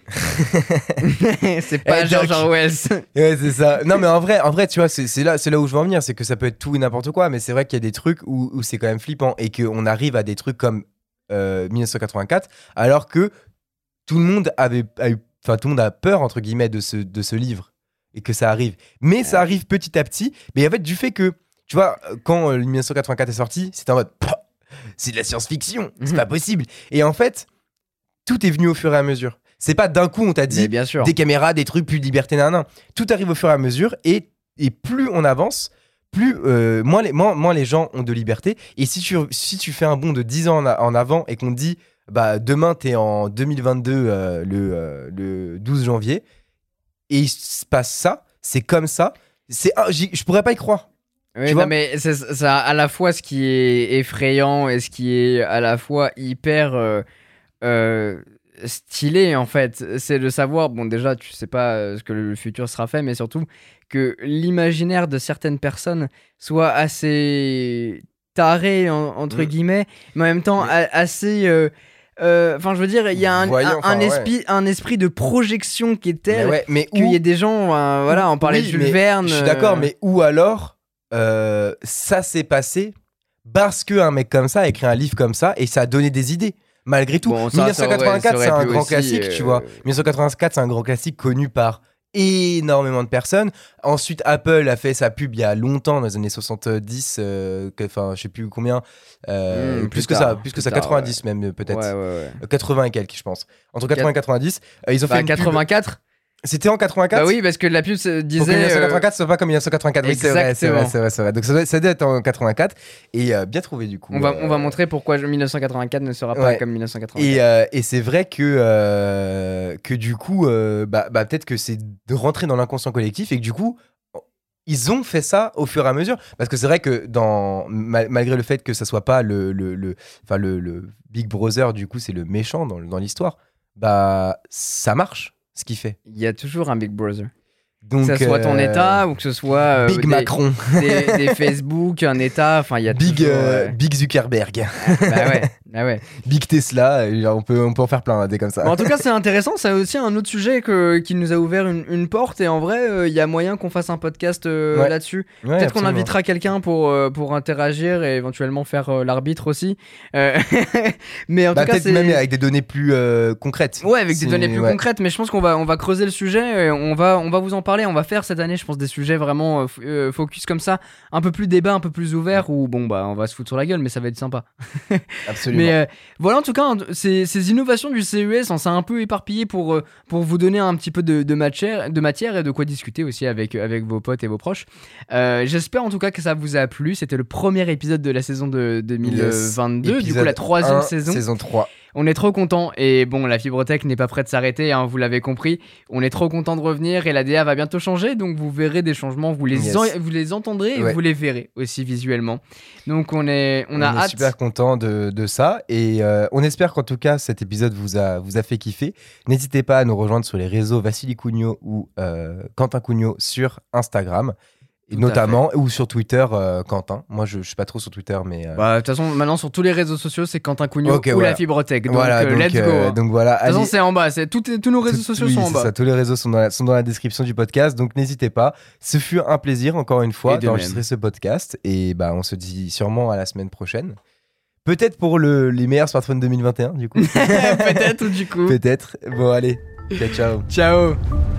C'est pas George Orwell. Ouais, c'est ça. Non, mais en vrai, tu vois, c'est là où je veux en venir, c'est que ça peut être tout et n'importe quoi, mais c'est vrai qu'il y a des trucs où c'est quand même flippant et qu'on arrive à des trucs comme 1984, alors que tout le monde tout le monde a peur entre guillemets de ce livre et que ça arrive. Mais ça arrive petit à petit. Mais en fait, du fait que, tu vois, quand 1984 est sorti, c'était en mode c'est de la science-fiction, c'est pas possible. Et en fait, tout est venu au fur et à mesure. C'est pas d'un coup on t'a dit bien sûr. des caméras, des trucs, plus de liberté, nan. Tout arrive au fur et à mesure et plus on avance, plus moins les gens ont de liberté. Et si tu fais un bond de 10 ans en avant et qu'on te dit bah demain t'es en 2022 le 12 janvier et il se passe ça, c'est comme ça, je pourrais pas y croire. Oui, non, mais c'est ça à la fois ce qui est effrayant et ce qui est à la fois hyper stylé en fait, c'est de savoir, bon déjà tu sais pas ce que le futur sera fait, mais surtout que l'imaginaire de certaines personnes soit assez taré entre guillemets, mais en même temps assez enfin je veux dire il y a un esprit de projection qui est tel qu'il y ait des gens voilà, on parlait de Jules Verne, je suis d'accord, mais ou alors ça s'est passé parce qu'un mec comme ça a écrit un livre comme ça et ça a donné des idées. Malgré tout, bon, 1984, c'est un grand classique, tu vois. 1984, c'est un grand classique connu par énormément de personnes. Ensuite, Apple a fait sa pub il y a longtemps, dans les années 70, enfin, je sais plus combien, plus que ça, 90 même, peut-être. Ouais. 80 et quelques, je pense. Entre 80 et 90. Ils ont fait une 84 pub. C'était en 84 ? Bah oui, parce que la pub disait... Donc 1984, c'est pas comme 1984. Oui, c'est vrai. Donc ça doit être en 84. Et bien trouvé, du coup. On va montrer pourquoi 1984 ne sera pas comme 1984. Et c'est vrai que du coup, peut-être que c'est de rentrer dans l'inconscient collectif et que du coup, ils ont fait ça au fur et à mesure. Parce que c'est vrai que malgré le fait que ça soit pas le Big Brother, du coup, c'est le méchant dans l'histoire, bah ça marche. Ce qu'il fait. Il y a toujours un Big Brother. Donc, que ce soit ton état ou que ce soit Big Macron, des Facebook, un état, enfin il y a Big Zuckerberg. Bah ouais. Big Tesla, on peut en faire plein des comme ça. Bon, en tout cas, c'est intéressant. C'est aussi un autre sujet qui nous a ouvert une porte. Et en vrai, il y a moyen qu'on fasse un podcast là-dessus. Ouais, peut-être qu'on invitera quelqu'un pour interagir et éventuellement faire l'arbitre aussi. Mais en tout cas, peut-être même avec des données plus concrètes. Ouais, avec des données plus concrètes. Mais je pense qu'on va creuser le sujet. Et on va vous en parler. On va faire cette année, je pense, des sujets vraiment focus comme ça, un peu plus débat, un peu plus ouvert. Où bon bah on va se foutre sur la gueule, mais ça va être sympa. Absolument. Mais voilà, en tout cas, ces innovations du CES, on s'est un peu éparpillé pour vous donner un petit peu de matière et de quoi discuter aussi avec vos potes et vos proches. J'espère en tout cas que ça vous a plu. C'était le premier épisode de la saison de 2022, du coup la troisième saison. Saison 3. On est trop content et bon, la fibrotech n'est pas prête de s'arrêter, hein, vous l'avez compris. On est trop content de revenir et la DA va bientôt changer, donc vous verrez des changements, vous les entendrez et vous les verrez aussi visuellement. Donc on a hâte. Super content de ça et on espère qu'en tout cas cet épisode vous a fait kiffer. N'hésitez pas à nous rejoindre sur les réseaux Vassili Cugnot ou Quentin Cugnot sur Instagram. Et notamment, ou sur Twitter, Quentin. Moi, je suis pas trop sur Twitter, mais... Bah, de toute façon, maintenant, sur tous les réseaux sociaux, c'est Quentin Cugnot ou la fibrotech. Donc, let's go. Donc, voilà. De toute façon, c'est en bas. Tous nos réseaux sociaux sont en bas. Ça, tous les réseaux sont dans la description du podcast. Donc, n'hésitez pas. Ce fut un plaisir, encore une fois, d'enregistrer ce podcast. Et bah, on se dit sûrement à la semaine prochaine. Peut-être pour les meilleurs smartphones 2021, du coup. Peut-être, du coup. Peut-être. Bon, allez. Ciao. Ciao.